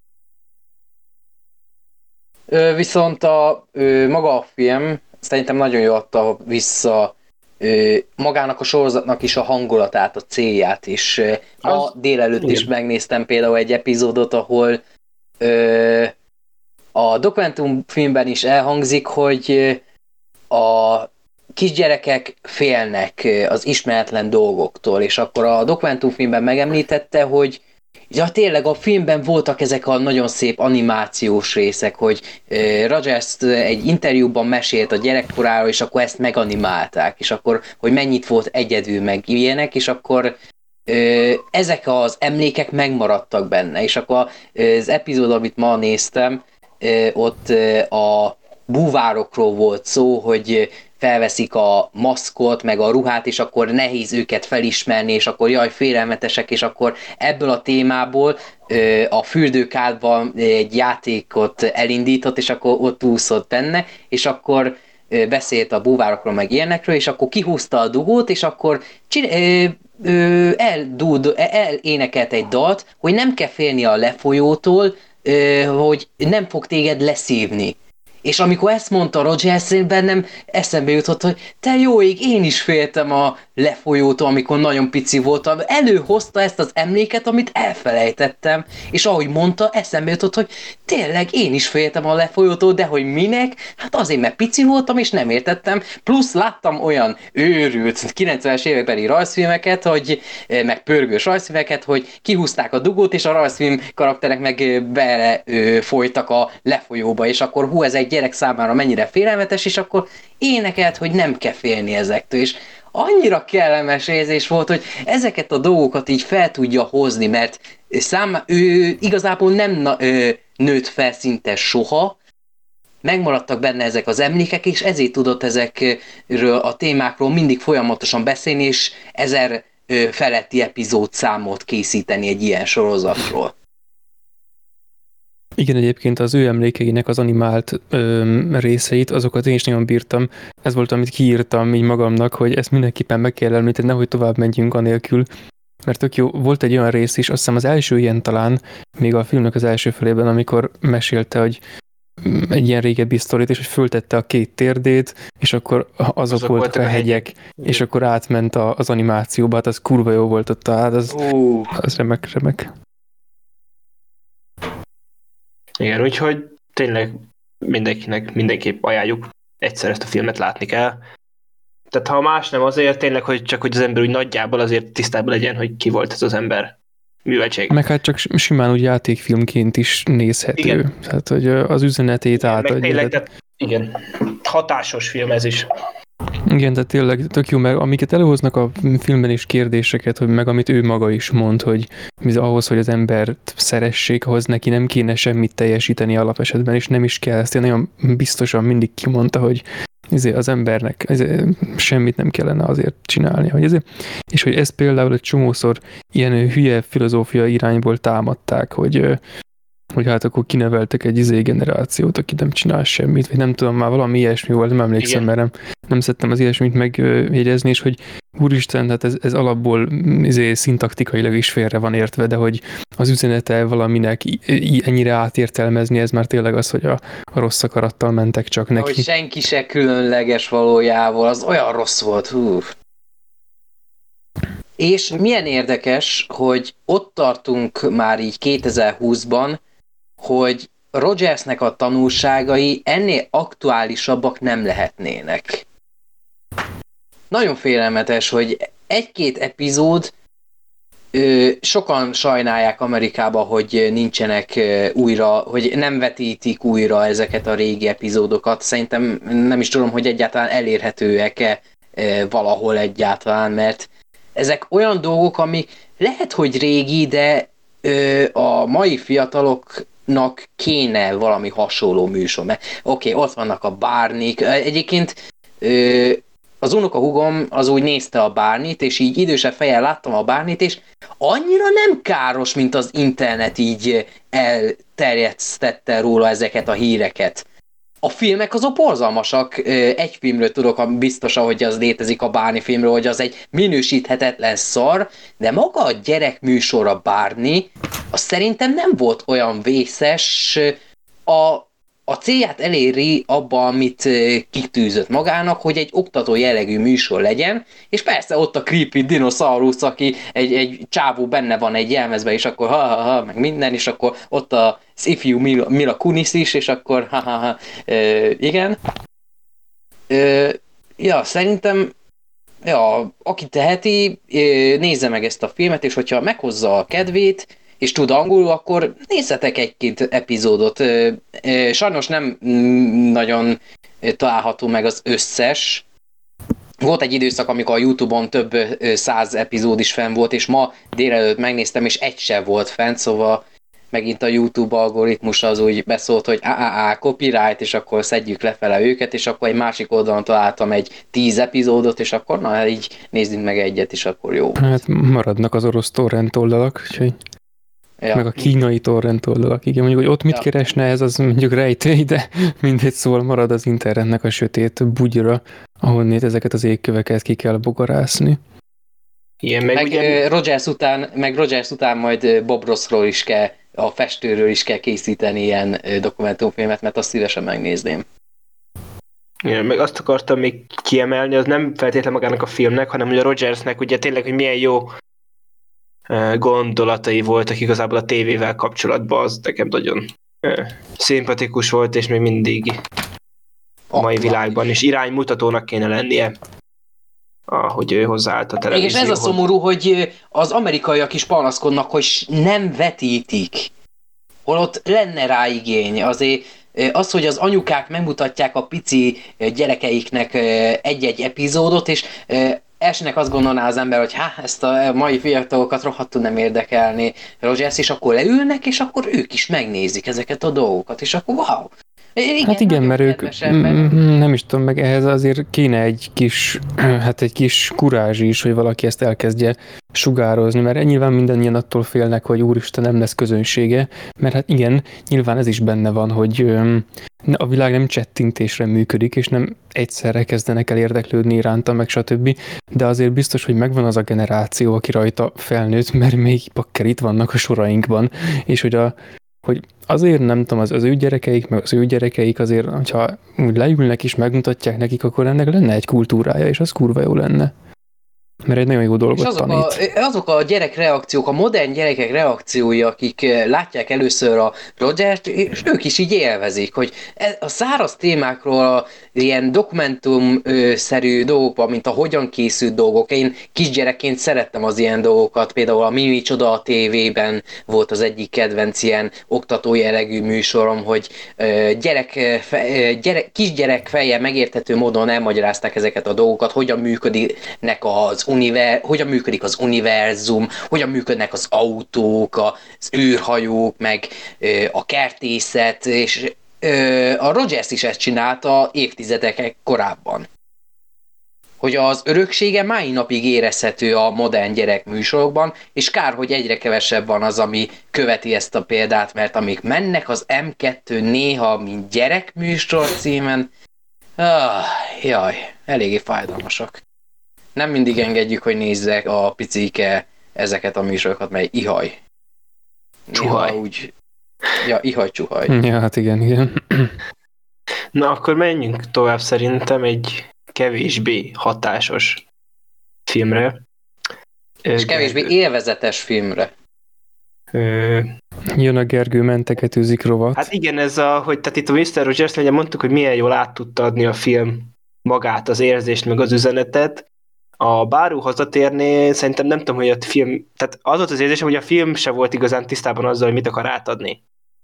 Ö, viszont a ö, maga a film szerintem nagyon jól adta vissza ö, magának a sorozatnak is a hangulatát, a célját is. Ma az, délelőtt igen. is megnéztem például egy epizódot, ahol ö, a dokumentumfilmben is elhangzik, hogy a kisgyerekek félnek az ismeretlen dolgoktól, és akkor a dokumentumfilmben megemlítette, hogy ja, tényleg a filmben voltak ezek a nagyon szép animációs részek, hogy uh, Rogers egy interjúban mesélt a gyerekkoráról, és akkor ezt meganimálták, és akkor, hogy mennyit volt egyedül, meg ilyenek, és akkor uh, ezek az emlékek megmaradtak benne, és akkor az epizód, amit ma néztem, uh, ott uh, a búvárokról volt szó, hogy felveszik a maszkot, meg a ruhát, és akkor nehéz őket felismerni, és akkor jaj, félelmetesek, és akkor ebből a témából ö, a fürdőkádban egy játékot elindított, és akkor ott úszott benne, és akkor ö, beszélt a búvárokról, meg ilyenekről, és akkor kihúzta a dugót, és akkor csin- ö, ö, eldúd, elénekelt egy dalt, hogy nem kell félni a lefolyótól, ö, hogy nem fog téged leszívni. És amikor ezt mondta Rogers, bennem eszembe jutott, hogy te jó ég, én is féltem a lefolyótó, amikor nagyon pici voltam, előhozta ezt az emléket, amit elfelejtettem, és ahogy mondta, eszembe jutott, hogy tényleg én is féltem a lefolyótól, de hogy minek? Hát azért, mert pici voltam, és nem értettem, plusz láttam olyan őrült kilencvenes évekbeli rajzfilmeket, hogy, meg pörgős rajzfilmeket, hogy kihúzták a dugót, és a rajzfilm karakterek meg bele ö, folytak a lefolyóba, és akkor hú, ez egy gyerek számára mennyire félelmetes, és akkor énekelt, hogy nem kell félni ezektől, és annyira kellemes érzés volt, hogy ezeket a dolgokat így fel tudja hozni, mert számá, ő igazából nem na, ö, nőtt fel szinte soha, megmaradtak benne ezek az emlékek, és ezért tudott ezekről a témákról mindig folyamatosan beszélni, és ezer ö, feletti epizód számot készíteni egy ilyen sorozatról. Igen, egyébként az ő emlékeinek az animált ö, részeit, azokat én is nagyon bírtam. Ez volt, amit kiírtam így magamnak, hogy ezt mindenképpen meg kell említeni, nehogy tovább menjünk anélkül. Mert tök jó, volt egy olyan rész is, azt hiszem az első ilyen talán, még a filmnek az első felében, amikor mesélte, hogy egy ilyen régebbi sztorit, és hogy föltette a két térdét, és akkor azok, azok voltak a hegyek, és akkor átment a, az animációba, hát az kurva jó volt ott, hát az, uh. az remek, remek. Igen, úgyhogy tényleg mindenkinek mindenképp ajánljuk, egyszer ezt a filmet látni kell. Tehát ha más nem azért, tényleg, hogy csak hogy az ember úgy nagyjából azért tisztában legyen, hogy ki volt ez az ember műveltség. Meg hát csak simán úgy játékfilmként is nézhető. Igen. Tehát, hogy az üzenetét átadja. Meg tényleg, tehát, igen, hatásos film ez is. Igen, tehát tényleg tök jó, mert amiket előhoznak a filmben is kérdéseket, hogy meg amit ő maga is mond, hogy ahhoz, hogy az embert szeressék, ahhoz neki nem kéne semmit teljesíteni alapesetben, és nem is kell. Ezt én nagyon biztosan mindig kimondta, hogy az embernek semmit nem kellene azért csinálni. Hogy ezért, és hogy ezt például egy csomószor ilyen hülye filozófia irányból támadták, hogy hogy hát akkor kineveltek egy izé generációt, aki nem csinál semmit, vagy nem tudom, már valami ilyesmi volt, nem emlékszem, igen. Mert nem, nem szedtem az ilyesmit megjegyezni, és hogy úristen, hát ez, ez alapból izé szintaktikailag is félre van értve, de hogy az üzenete valaminek ennyire átértelmezni, ez már tényleg az, hogy a, a rossz akarattal mentek csak neki. Hogy senki se különleges valójával, az olyan rossz volt, hú. És milyen érdekes, hogy ott tartunk már így kétezer-húszban, hogy Rogersnek a tanulságai ennél aktuálisabbak nem lehetnének. Nagyon félelmetes, hogy egy-két epizód, ö, sokan sajnálják Amerikában, hogy nincsenek ö, újra, hogy nem vetítik újra ezeket a régi epizódokat. Szerintem nem is tudom, hogy egyáltalán elérhetőek-e ö, valahol egyáltalán, mert ezek olyan dolgok, ami lehet, hogy régi, de ö, a mai fiataloknak kéne valami hasonló műsor. Mert oké, okay, ott vannak a Barneyk. Egyébként ö, az unokahúgom az úgy nézte a Barneyt, és így idősebb fejjel láttam a Barneyt, és annyira nem káros, mint az internet így elterjesztette róla ezeket a híreket. A filmek azok borzalmasak. Egy filmről tudok biztosan, hogy az létezik, a Barney filmről, hogy az egy minősíthetetlen szar, de maga a gyerekműsor, a Barney, az szerintem nem volt olyan vészes. A, a célját eléri abban, amit kitűzött magának, hogy egy oktató jellegű műsor legyen, és persze ott a creepy dinoszaurusz, aki egy, egy csávó benne van egy jelmezben, és akkor ha-ha-ha, meg minden, és akkor ott a az ifjú Mila, Mila Kunis is, és akkor ha-ha-ha, ö, igen. Ö, ja, szerintem, ja, aki teheti, ö, nézze meg ezt a filmet, és hogyha meghozza a kedvét, és tud angolul, akkor nézzetek egy-két epizódot. Ö, ö, sajnos nem nagyon található meg az összes. Volt egy időszak, amikor a YouTube-on több száz epizód is fenn volt, és ma délelőtt megnéztem, és egy sem volt fent, szóval megint a YouTube algoritmus az úgy beszólt, hogy á, copyright, és akkor szedjük lefele őket, és akkor egy másik oldalon találtam egy tíz epizódot, és akkor na, így nézzünk meg egyet, és akkor jó. Hát maradnak az orosz torrent oldalak, úgyhogy ja. Meg a kínai torrent oldalak, igen, mondjuk, hogy ott mit ja. keresne ez, az mondjuk rejtély, de mindegy, szóval marad az internetnek a sötét bugyra, ahonnét ezeket az égköveket ki kell bogarászni. Igen, meg meg, ugye... Rogers után, meg Rogers után majd Bob Rossról is kell, a festőről is kell készíteni ilyen dokumentumfilmet, mert azt szívesen megnézném. Igen, meg azt akartam még kiemelni, az nem feltétlenül magának a filmnek, hanem hogy a Rogersnek ugye tényleg, hogy milyen jó gondolatai voltak igazából a tévével kapcsolatban, az nekem nagyon szimpatikus volt, és még mindig a mai világban is iránymutatónak kéne lennie, ahogy ő hozzáállt a televízióhoz. És ez a szomorú, hogy az amerikaiak is panaszkodnak, hogy nem vetítik, holott lenne rá igény. Azért az, hogy az anyukák megmutatják a pici gyerekeiknek egy-egy epizódot, és elsőnek azt gondolná az ember, hogy hát ezt a mai fiatalokat rohadtul nem érdekelni Rogers, és akkor leülnek, és akkor ők is megnézik ezeket a dolgokat, és akkor wow! Igen, hát igen, mert ők nem is tudom, meg ehhez azért kéne egy kis, hát egy kis kurázs is, hogy valaki ezt elkezdje sugározni, mert nyilván mindannyian attól félnek, hogy úristen nem lesz közönsége, mert hát igen, nyilván ez is benne van, hogy a világ nem csettintésre működik, és nem egyszerre kezdenek el érdeklődni iránta, meg stb. De azért biztos, hogy megvan az a generáció, aki rajta felnőtt, mert még bakker itt vannak a sorainkban, és hogy a hogy azért nem tudom, az, az ő gyerekeik, meg az ő gyerekeik azért, hogyha úgy leülnek és megmutatják nekik, akkor ennek lenne egy kultúrája, és az kurva jó lenne. Mert egy nagyon jó dolgot azok tanít. A, azok a gyerek reakciók, a modern gyerekek reakciói, akik látják először a Rogert, és ők is így élvezik, hogy a száraz témákról, a ilyen dokumentumszerű dolgokban, mint a hogyan készült dolgok. Én kisgyerekként szerettem az ilyen dolgokat, például a Mi Micsoda a tévében volt az egyik kedvenc ilyen oktató jellegű műsorom, hogy gyerek, gyerek, kisgyerek fejjel megérthető módon elmagyarázták ezeket a dolgokat, hogyan működnek az univer, hogyan működik az univerzum, hogyan működnek az autók, az űrhajók, meg a kertészet, és a Rogers is ezt csinálta évtizedek korábban. Hogy az öröksége mai napig érezhető a modern gyerek műsorokban, és kár, hogy egyre kevesebb van az, ami követi ezt a példát, mert amíg mennek az em kettő néha, mint gyerekműsor címen, ah, jaj, eléggé fájdalmasak. Nem mindig engedjük, hogy nézzek a picike ezeket a műsorokat, mely ihaj. Csuhaj. Néha úgy... Ja, ihaj, csuhaj. Ja, hát igen, igen. Na, akkor menjünk tovább szerintem egy kevésbé hatásos filmre. És kevésbé élvezetes filmre. Ö... Jön a Gergő mentegetőzik rovat. Hát igen, ez a, hogy tehát itt a miszter Rogers, ugye mondtuk, hogy milyen jól át tudta adni a film magát, az érzést, meg az üzenetet. A Báró hazatérné, szerintem nem tudom, hogy a film, tehát az volt az érzésem, hogy a film se volt igazán tisztában azzal, hogy mit akar átadni.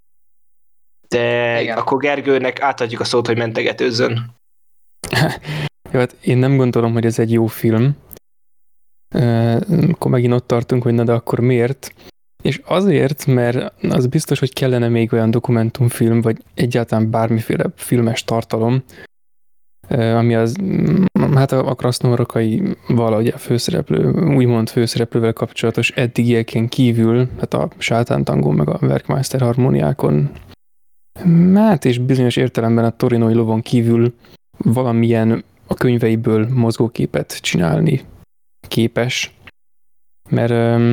De igen. Akkor Gergőnek átadjuk a szót, hogy mentegetőzzön. Jó, hát én nem gondolom, hogy ez egy jó film. Uh, akkor megint ott tartunk, hogy na de akkor miért? És azért, mert az biztos, hogy kellene még olyan dokumentumfilm, vagy egyáltalán bármiféle filmes tartalom, ami az, hát a Krasznahorkai valahogy a főszereplő, úgymond főszereplővel kapcsolatos eddigieken kívül, hát a Sátántangó meg a Werkmeister harmóniákon, hát és bizonyos értelemben a Torinói lovon kívül valamilyen a könyveiből mozgóképet csinálni képes, mert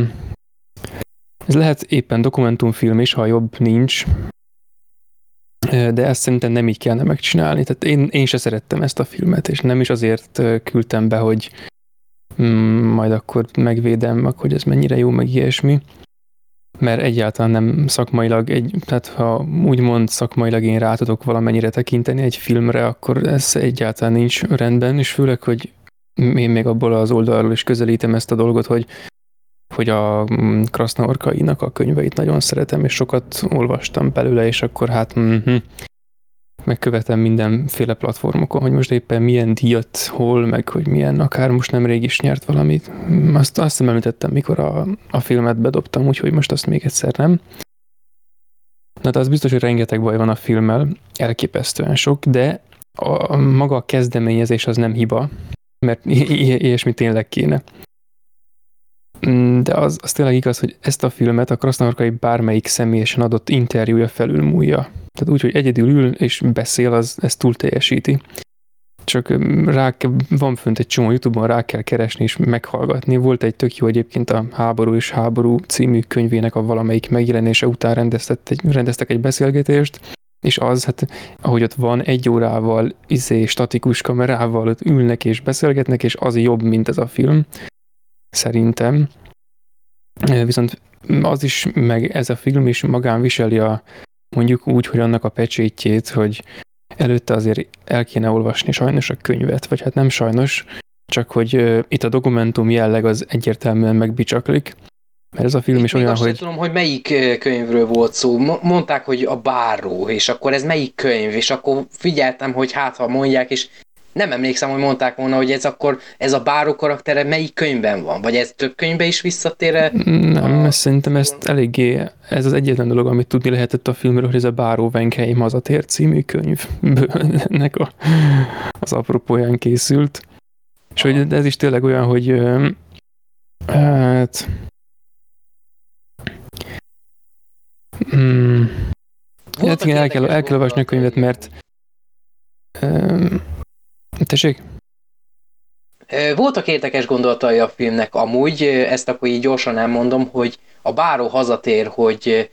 ez lehet éppen dokumentumfilm is, ha jobb nincs, de ezt szerintem nem így kellene megcsinálni. Tehát én, én se szerettem ezt a filmet, és nem is azért küldtem be, hogy mm, majd akkor megvédem, hogy ez mennyire jó, meg ilyesmi, mert egyáltalán nem szakmailag, egy, tehát ha úgymond szakmailag én rá tudok valamennyire tekinteni egy filmre, akkor ez egyáltalán nincs rendben, és főleg, hogy én még abból az oldalról is közelítem ezt a dolgot, hogy hogy a Krasznahorkainak a könyveit nagyon szeretem, és sokat olvastam belőle, és akkor hát mm-hmm, megkövetem mindenféle platformokon, hogy most éppen milyen díjat, hol, meg hogy milyen, akár most nemrég is nyert valamit. Azt, azt nem említettem, mikor a, a filmet bedobtam, úgyhogy most azt még egyszer nem. Na, de az biztos, hogy rengeteg baj van a filmmel, elképesztően sok, de a, a maga a kezdeményezés az nem hiba, mert ilyesmi tényleg kéne. De az, az tényleg igaz, hogy ezt a filmet a Krasznahorkai bármelyik személyesen adott interjúja felülmúlja. Tehát úgy, hogy egyedül ül és beszél, az ezt túl teljesíti. Csak rá kell, van fönt egy csomó YouTube-on, rá kell keresni és meghallgatni. Volt egy tök jó egyébként a Háború és háború című könyvének a valamelyik megjelenése után rendeztek egy, rendeztek egy beszélgetést, és az, hát ahogy ott van egy órával izé, statikus kamerával, ott ülnek és beszélgetnek, és az jobb, mint ez a film, szerintem. Viszont az is, meg ez a film is magán viseli a, mondjuk úgy, hogy annak a pecsétjét, hogy előtte azért el kéne olvasni sajnos a könyvet, vagy hát nem sajnos, csak hogy uh, itt a dokumentum jelleg az egyértelműen megbicsaklik, mert ez a film Itt is még olyan, azt hogy... tudom, hogy melyik könyvről volt szó. Mondták, hogy a Báró, és akkor ez melyik könyv, és akkor figyeltem, hogy hát ha mondják, és nem emlékszem, hogy mondták volna, hogy ez akkor ez a Báró karaktere melyik könyvben van, vagy ez több könyvben is visszatér? Nem, a... szerintem ezt eléggé, ez az egyetlen dolog, amit tudni lehetett a filmről, hogy ez a Báró Venkheim Hazatér című könyvből ennek a, az apropóján készült. És hogy ez is tényleg olyan, hogy hát hmm, hát igen, el kell, el kell olvasni a könyvet, mert um, tessék? Voltak érdekes gondolatai a filmnek amúgy, ezt akkor így gyorsan elmondom, hogy a Báró hazatér, hogy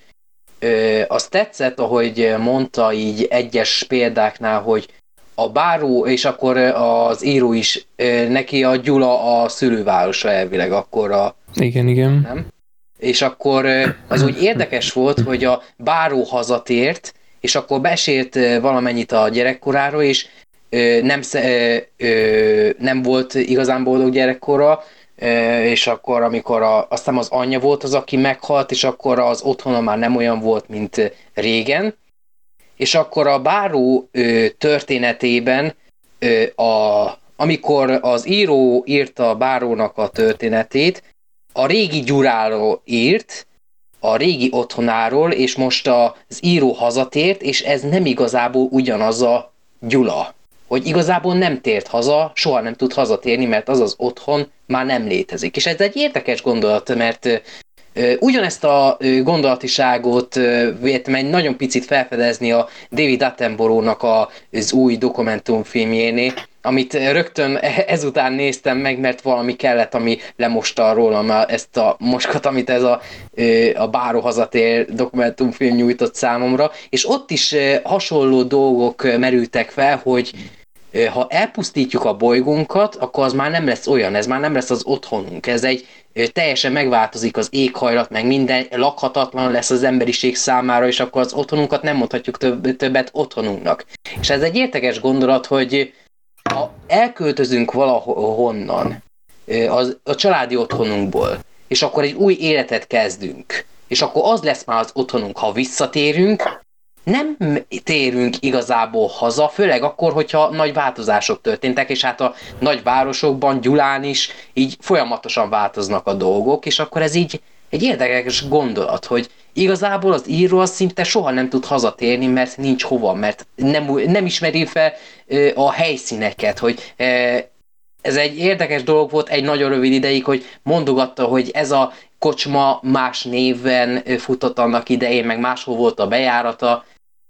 ö, azt tetszett, ahogy mondta így egyes példáknál, hogy a Báró, és akkor az író is, ö, neki a Gyula a szülővárosa elvileg, akkor a... Igen, igen. Nem? És akkor az úgy érdekes volt, hogy a Báró hazatért, és akkor besélt valamennyit a gyerekkoráról, és Ö, nem, ö, ö, nem volt igazán boldog gyerekkora, ö, és akkor amikor a, aztán az anyja volt az, aki meghalt, és akkor az otthona már nem olyan volt, mint régen, és akkor a Báró ö, történetében, ö, a, amikor az író írta a Bárónak a történetét, a régi Gyuráról írt, a régi otthonáról, és most az író hazatért, és ez nem igazából ugyanaz a Gyula. Hogy igazából nem tért haza, soha nem tud hazatérni, mert az az otthon már nem létezik. És ez egy érdekes gondolat, mert ö, ugyanezt a ö, gondolatiságot ö, véltem egy nagyon picit felfedezni a David Attenborough-nak a, az új dokumentumfilmjénél, amit rögtön ezután néztem meg, mert valami kellett, ami lemosta rólam ezt a moskat, amit ez a, a Báró hazatér dokumentumfilm nyújtott számomra, és ott is hasonló dolgok merültek fel, hogy ha elpusztítjuk a bolygónkat, akkor az már nem lesz olyan, ez már nem lesz az otthonunk, ez egy teljesen megváltozik az éghajlat, meg minden, lakhatatlan lesz az emberiség számára, és akkor az otthonunkat nem mondhatjuk több, többet otthonunknak. És ez egy érdekes gondolat, hogy ha elköltözünk valahonnan, az, a családi otthonunkból, és akkor egy új életet kezdünk, és akkor az lesz már az otthonunk, ha visszatérünk, nem térünk igazából haza, főleg akkor, hogyha nagy változások történtek, és hát a nagy városokban, Gyulán is így folyamatosan változnak a dolgok, és akkor ez így egy érdekes gondolat, hogy igazából az író az szinte soha nem tud hazatérni, mert nincs hova, mert nem, nem ismeri fel a helyszíneket, hogy ez egy érdekes dolog volt egy nagyon rövid ideig, hogy mondogatta, hogy ez a kocsma más néven futott annak idején, meg máshol volt a bejárata.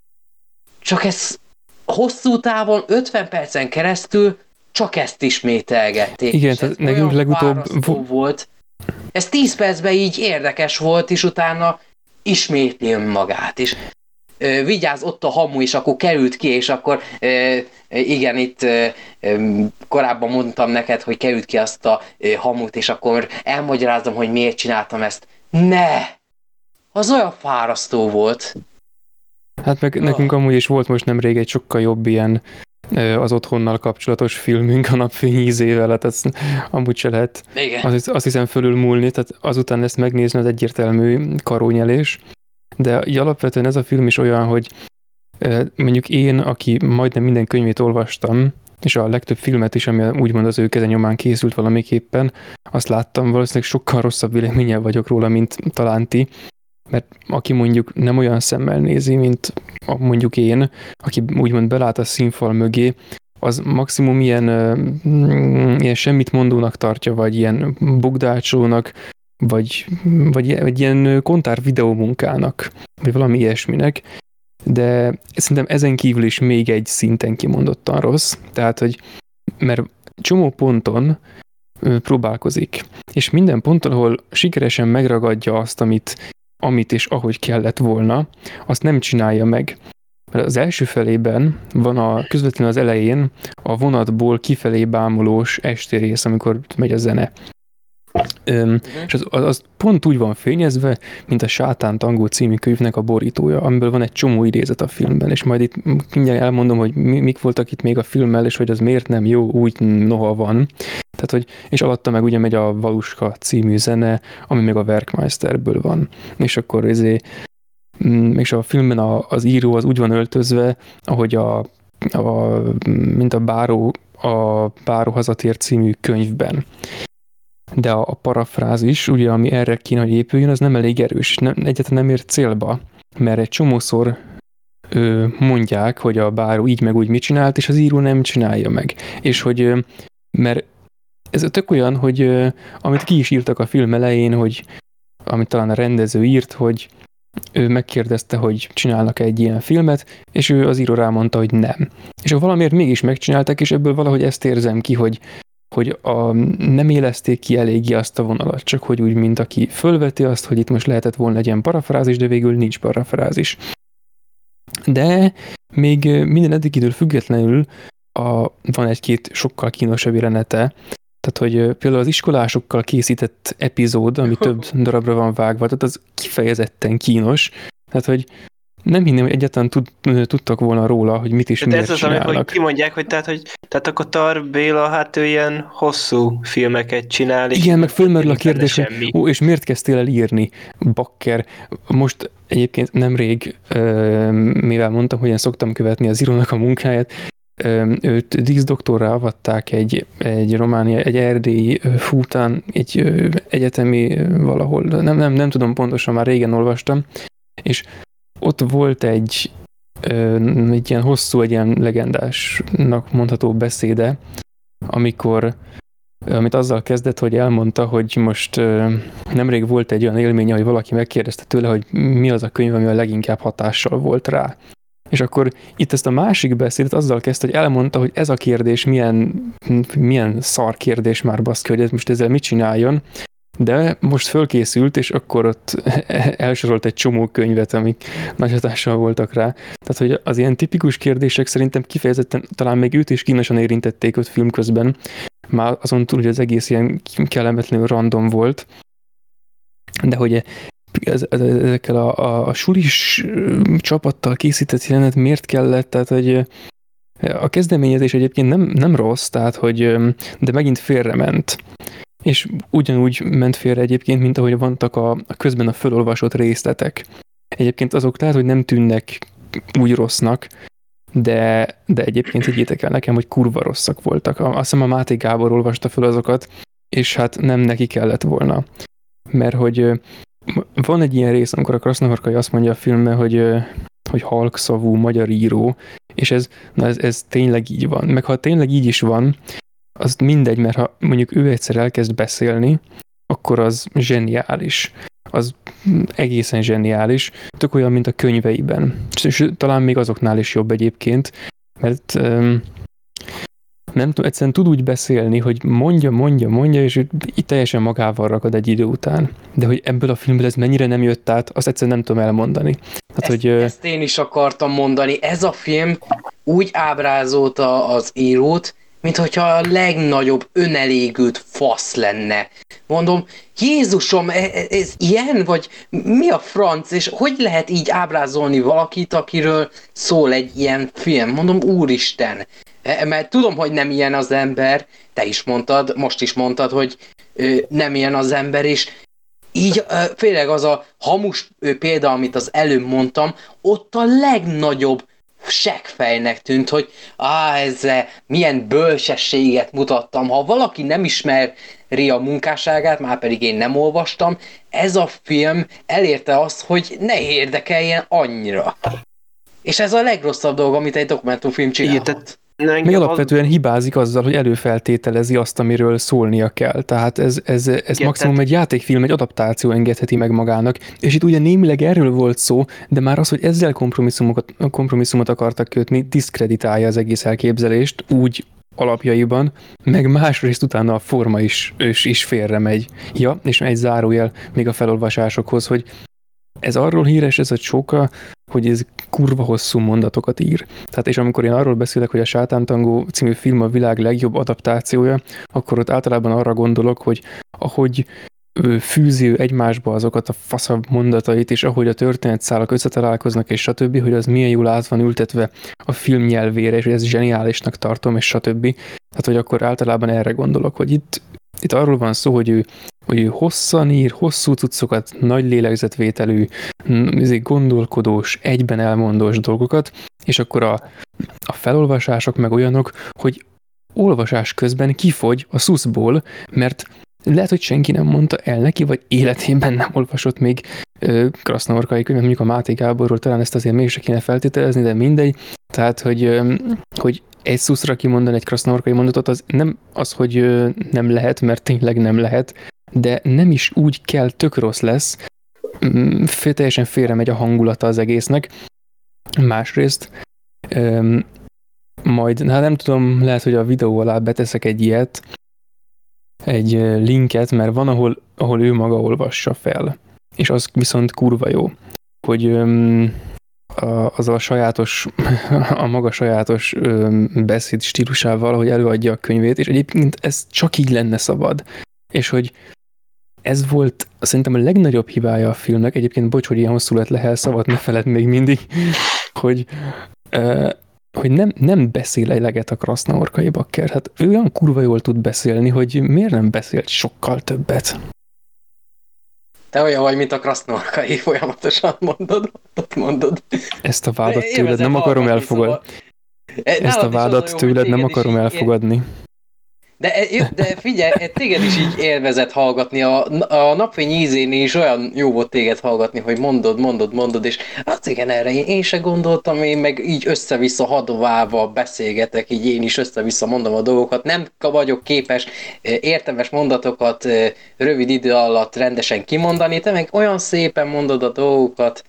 Csak ez hosszú távon, ötven percen keresztül csak ezt ismételgették. Igen, tehát nekünk legutóbb volt. Ez tíz percben így érdekes volt, és utána ismétli önmagát, és ö, vigyázz, ott a hamu, és akkor került ki, és akkor ö, igen, itt ö, ö, korábban mondtam neked, hogy került ki azt a ö, hamut, és akkor elmagyarázom, hogy miért csináltam ezt. Ne! Az olyan fárasztó volt. Hát meg nekünk amúgy is volt most nemrég egy sokkal jobb ilyen az otthonnal kapcsolatos filmünk a Napfény ízével, hát ezt amúgy se lehet azt, azt hiszem fölülmúlni, tehát azután ezt megnézni az egyértelmű karónyelés, de így alapvetően ez a film is olyan, hogy mondjuk én, aki majdnem minden könyvét olvastam, és a legtöbb filmet is, ami úgymond az ő kezenyomán készült valamiképpen, azt láttam, valószínűleg sokkal rosszabb véleménnyel vagyok róla, mint talán ti, mert aki mondjuk nem olyan szemmel nézi, mint mondjuk én, aki úgymond belát a színfal mögé, az maximum ilyen, ilyen semmit mondónak tartja, vagy ilyen bugdácsolónak, vagy, vagy egy ilyen kontár videómunkának, vagy valami ilyesminek, de szerintem ezen kívül is még egy szinten kimondottan rossz, tehát, hogy mert csomó ponton próbálkozik, és minden ponton, ahol sikeresen megragadja azt, amit amit és ahogy kellett volna, azt nem csinálja meg. Mert az első felében van a közvetlenül az elején a vonatból kifelé bámulós esti rész, amikor megy a zene. Öm, uh-huh. És az, az pont úgy van fényezve, mint a Sátán Tangó című könyvnek a borítója, amiből van egy csomó idézet a filmben, és majd itt mindjárt elmondom, hogy mi, mik voltak itt még a filmmel, és hogy az miért nem jó, úgy noha van. Tehát, hogy, és alatta meg ugye megy a Valuska című zene, ami még a Werkmeisterből van. És akkor ezért, és a filmben a, az író az úgy van öltözve, ahogy a, a mint a Báró, a Báró hazatér című könyvben. De a, a parafrázis, ugye, ami erre kéne, hogy épüljön, az nem elég erős, nem, egyáltalán nem ér célba, mert egy csomószor ö, mondják, hogy a báró így meg úgy mit csinált, és az író nem csinálja meg. És hogy, ö, mert ez tök olyan, hogy ö, amit ki is írtak a film elején, hogy amit talán a rendező írt, hogy ő megkérdezte, hogy csinálnak egy ilyen filmet, és ő az író rámondta, hogy nem. És valamiért mégis megcsinálták, és ebből valahogy ezt érzem ki, hogy hogy a, nem élezték ki eléggé azt a vonalat, csak hogy úgy, mint aki fölveti azt, hogy itt most lehetett volna egy ilyen parafrázis, de végül nincs parafrázis. De még minden eddigitől függetlenül a, van egy-két sokkal kínosabb jelenete, tehát hogy például az iskolásokkal készített epizód, ami több darabra van vágva, tehát az kifejezetten kínos, tehát hogy nem hinném, hogy egyáltalán tud, tudtak volna róla, hogy mit is de miért ez az, csinálnak. amikor kimondják, hogy tehát, hogy tehát akkor Tar Béla, hát ő ilyen hosszú filmeket csinál. Igen, meg fölmerül a kérdés, hogy ó, és miért kezdtél el írni, bakker? Most egyébként nemrég, mivel mondtam, hogy én szoktam követni az írónak a munkáját, őt díszdoktorrá avatták egy, egy románia, egy erdélyi fután, egy egyetemi valahol, nem, nem, nem tudom pontosan, már régen olvastam, és ott volt egy, egy ilyen hosszú, egy ilyen legendásnak mondható beszéde, amikor, amit azzal kezdett, hogy elmondta, hogy most nemrég volt egy olyan élménye, hogy valaki megkérdezte tőle, hogy mi az a könyv, ami a leginkább hatással volt rá. És akkor itt ezt a másik beszédet azzal kezdte, hogy elmondta, hogy ez a kérdés milyen, milyen szar kérdés már baszki, hogy ez most ezzel mit csináljon, de most fölkészült, és akkor ott elsorolt egy csomó könyvet, amik nagy hatással voltak rá. Tehát, hogy az ilyen tipikus kérdések szerintem kifejezetten talán még őt is kínosan érintették ott film közben. Már azon túl, hogy az egész ilyen kellemetlenül random volt. De hogy ez, ez, ezekkel a, a, a sulis csapattal készített jelenet miért kellett, tehát, hogy a kezdeményezés egyébként nem, nem rossz, tehát, hogy de megint félrement. És ugyanúgy ment félre egyébként, mint ahogy vannak a, a közben a fölolvasott részletek. Egyébként azok lehet, hogy nem tűnnek úgy rossznak, de, de egyébként higgyétek el nekem, hogy kurva rosszak voltak. Azt hiszem a Máté Gábor olvasta föl azokat, és hát nem neki kellett volna. Mert hogy van egy ilyen rész, amikor a Krasznahorkai azt mondja a filmben, hogy, hogy halkszavú magyar író, és ez, na ez, ez tényleg így van. Meg ha tényleg így is van, az mindegy, mert ha mondjuk ő egyszer elkezd beszélni, akkor az zseniális. Az egészen zseniális. Tök olyan, mint a könyveiben. És talán még azoknál is jobb egyébként, mert um, nem tudom, egyszerűen tud úgy beszélni, hogy mondja, mondja, mondja, és itt teljesen magával rakad egy idő után. De hogy ebből a filmből ez mennyire nem jött át, azt egyszerűen nem tudom elmondani. Hát, ezt, hogy, ezt én is akartam mondani. Ez a film úgy ábrázolta az írót, mint hogyha a legnagyobb önelégült fasz lenne. Mondom, Jézusom, ez, ez ilyen? Vagy mi a franc? És hogy lehet így ábrázolni valakit, akiről szól egy ilyen film? Mondom, úristen. Mert tudom, hogy nem ilyen az ember, te is mondtad, most is mondtad, hogy nem ilyen az ember, és így főleg az a hamus példa, amit az előbb mondtam, ott a legnagyobb seggfejnek tűnt, hogy á, ezzel milyen bölcsességet mutattam. Ha valaki nem ismeri a munkásságát, már pedig én nem olvastam, ez a film elérte azt, hogy ne érdekeljen annyira. És ez a legrosszabb dolog, amit egy dokumentumfilm csinálhat. Még alapvetően hibázik azzal, hogy előfeltételezi azt, amiről szólnia kell. Tehát ez, ez, ez maximum egy játékfilm, egy adaptáció engedheti meg magának. És itt ugye némileg erről volt szó, de már az, hogy ezzel kompromisszumokat, kompromisszumot akartak kötni, diszkreditálja az egész elképzelést, úgy alapjaiban, meg másrészt utána a forma is, is, is félre megy. Ja, és egy zárójel még a felolvasásokhoz, hogy ez arról híres, ez a csóka, hogy ez kurva hosszú mondatokat ír. Tehát és amikor én arról beszélek, hogy a Sátántangó című film a világ legjobb adaptációja, akkor ott általában arra gondolok, hogy ahogy fűzi egymásba azokat a faszabb mondatait, és ahogy a történetszálak összetalálkoznak, és stb., hogy az milyen jól át van ültetve a film nyelvére, és hogy ezt zseniálisnak tartom, és stb. Tehát, hogy akkor általában erre gondolok, hogy itt, itt arról van szó, hogy ő, hogy ő hosszan ír, hosszú cuccokat, nagy lélegzetvételű, gondolkodós, egyben elmondós dolgokat, és akkor a, a felolvasások meg olyanok, hogy olvasás közben kifogy a szuszból, mert lehet, hogy senki nem mondta el neki, vagy életében nem olvasott még krasznaorkai könyvet, mondjuk a Máté Gáborról, talán ezt azért mégse kéne feltételezni, de mindegy. Tehát, hogy, hogy egy szuszra kimondani egy krasznaorkai mondatot, az nem az, hogy nem lehet, mert tényleg nem lehet, de nem is úgy kell, tök rossz lesz, fél, teljesen félre megy a hangulata az egésznek. Másrészt, majd, hát nem tudom, lehet, hogy a videó alá beteszek egy ilyet, egy linket, mert van, ahol, ahol ő maga olvassa fel. És az viszont kurva jó, hogy öm, a, az a sajátos, a maga sajátos öm, beszéd stílusával, hogy előadja a könyvét, és egyébként ez csak így lenne szabad. És hogy ez volt szerintem a legnagyobb hibája a filmnek, egyébként bocs, hogy ilyen hosszú lett le, szavat ne feled még mindig, hogy ö, hogy nem, nem beszél eleget a krasznaorkai bakker. Hát ő olyan kurva jól tud beszélni, hogy miért nem beszélt sokkal többet? Te olyan vagy, mint a krasznaorkai, folyamatosan mondod, mondod. Ezt a vádat tőled nem akarom elfogadni. Ezt a vádat tőled nem akarom elfogadni. De, de figyelj, téged is így élvezett hallgatni, a, a napfény ízénél is olyan jó volt téged hallgatni, hogy mondod, mondod, mondod, és hát igen, erre én, én se gondoltam, én meg így össze-vissza hadoválva beszélgetek, így én is össze-vissza mondom a dolgokat, nem vagyok képes értelmes mondatokat rövid idő alatt rendesen kimondani, te meg olyan szépen mondod a dolgokat.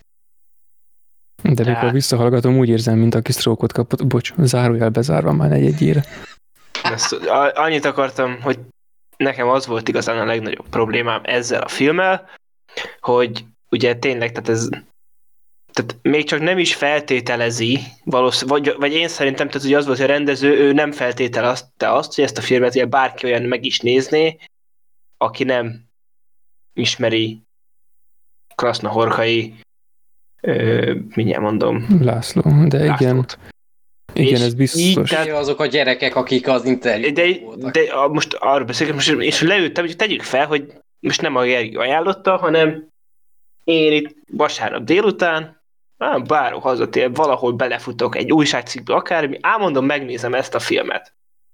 De mikor visszahallgatom, úgy érzem, mint aki sztrókot kapott, bocs, zárójel bezárva már egy-egyére. Ezt, annyit akartam, hogy nekem az volt igazán a legnagyobb problémám ezzel a filmmel, hogy ugye tényleg, tehát ez tehát még csak nem is feltételezi, valószínűleg, vagy, vagy én szerintem, tehát ugye az volt, hogy a rendező, ő nem feltételezte azt, hogy ezt a filmet ugye bárki olyan meg is nézné, aki nem ismeri Krasznahorkai, ö, mindjárt mondom. László, de Lászlót. igen. Igen, és ez biztos. Így, tehát azok a gyerekek, akik az interjúban de, voltak. De most arra beszélek, most, és leültem, hogy tegyük fel, hogy most nem a Gergő ajánlotta, hanem én itt vasárnap délután, bárhol hazatér, valahol belefutok egy újságcikkbe, akármi, álmondom, megnézem ezt a filmet.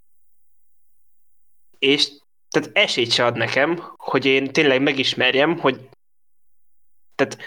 És tehát esélyt se ad nekem, hogy én tényleg megismerjem, hogy tehát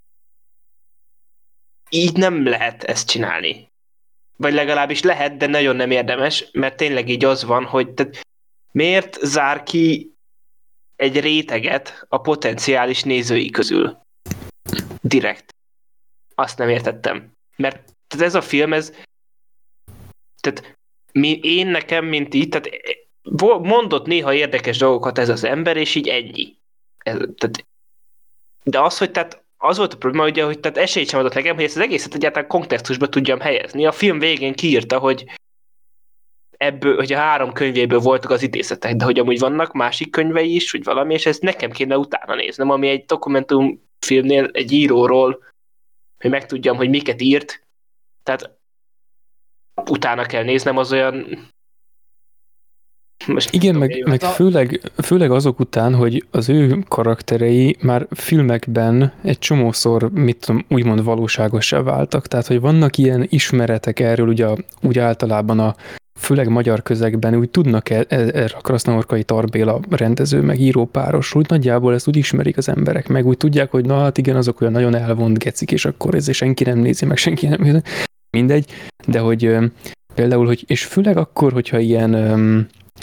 így nem lehet ezt csinálni. Vagy legalábbis lehet, de nagyon nem érdemes, mert tényleg így az van, hogy tehát miért zár ki egy réteget a potenciális nézői közül? Direkt. Azt nem értettem. Mert tehát ez a film, ez tehát mi, én nekem, mint így, tehát mondott néha érdekes dolgokat ez az ember, és így ennyi. Ez, tehát, de az, hogy tehát az volt a probléma, ugye, hogy tehát esélyt sem adott nekem, hogy ezt az egészet egyáltalán kontextusba tudjam helyezni. A film végén kiírta, hogy ebből, hogy a három könyvéből voltak az idézetek, de hogy amúgy vannak másik könyvei is, vagy valami, és ezt nekem kéne utána néznem, ami egy dokumentumfilmnél egy íróról, hogy megtudjam, hogy miket írt, tehát utána kell néznem, az olyan... Most igen, meg, meg főleg, főleg azok után, hogy az ő karakterei már filmekben egy csomószor, mit tudom, úgymond valóságossá váltak. Tehát, hogy vannak ilyen ismeretek erről, ugye úgy általában a főleg magyar közegben úgy tudnak erre a Krasznahorkai Tarbéla rendező, meg író párosról, úgy nagyjából ezt úgy ismerik az emberek, meg úgy tudják, hogy na hát igen, azok olyan nagyon elvont gecik, és akkor ez senki nem nézi, meg senki nem nézi. Mindegy, de hogy például, hogy, és főleg akkor, hogyha ilyen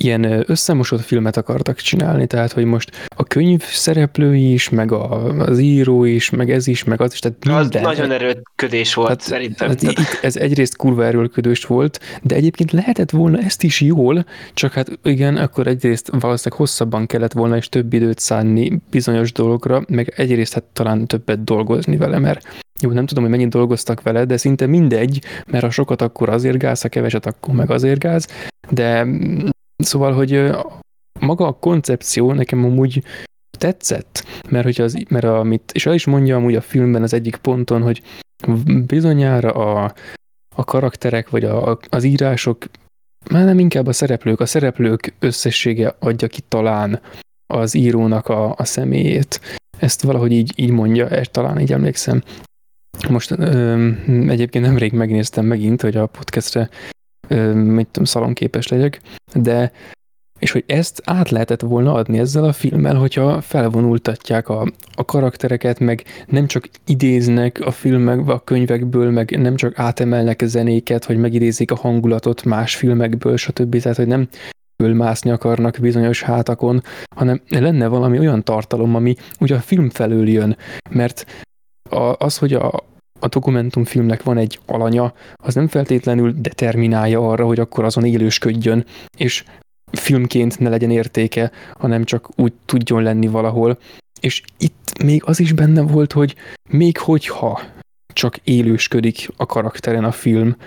ilyen összemosott filmet akartak csinálni, tehát, hogy most a könyv szereplői is, meg a, az író is, meg ez is, meg az is, tehát minden. Az nagyon erőlködés volt, tehát, szerintem. Hát itt ez egyrészt kurva erőlködős volt, de egyébként lehetett volna ezt is jól, csak hát igen, akkor egyrészt valószínűleg hosszabban kellett volna, és több időt szánni bizonyos dologra, meg egyrészt hát talán többet dolgozni vele, mert jó, nem tudom, hogy mennyit dolgoztak vele, de szinte mindegy, mert ha sokat, akkor azért gáz, ha keveset, akkor meg azért gáz, de szóval, hogy maga a koncepció nekem amúgy tetszett, mert, hogy az, mert amit, és el is mondja amúgy a filmben az egyik ponton, hogy bizonyára a, a karakterek, vagy a, az írások, már nem inkább a szereplők, a szereplők összessége adja ki talán az írónak a, a személyét. Ezt valahogy így, így mondja, és talán így emlékszem. Most ö, egyébként nemrég megnéztem megint, hogy a podcastre ö, mit tudom, szalonképes legyek, de és hogy ezt át lehetett volna adni ezzel a filmmel, hogyha felvonultatják a, a karaktereket, meg nem csak idéznek a filmek, a könyvekből, meg nem csak átemelnek a zenéket, hogy megidézik a hangulatot más filmekből, stb. Tehát, hogy nem fölmászni akarnak bizonyos hátakon, hanem lenne valami olyan tartalom, ami ugye a film felől jön, mert a, az, hogy a, a dokumentumfilmnek van egy alanya, az nem feltétlenül determinálja arra, hogy akkor azon élősködjön, és filmként ne legyen értéke, hanem csak úgy tudjon lenni valahol. És itt még az is benne volt, hogy még hogyha csak élősködik a karakteren a film,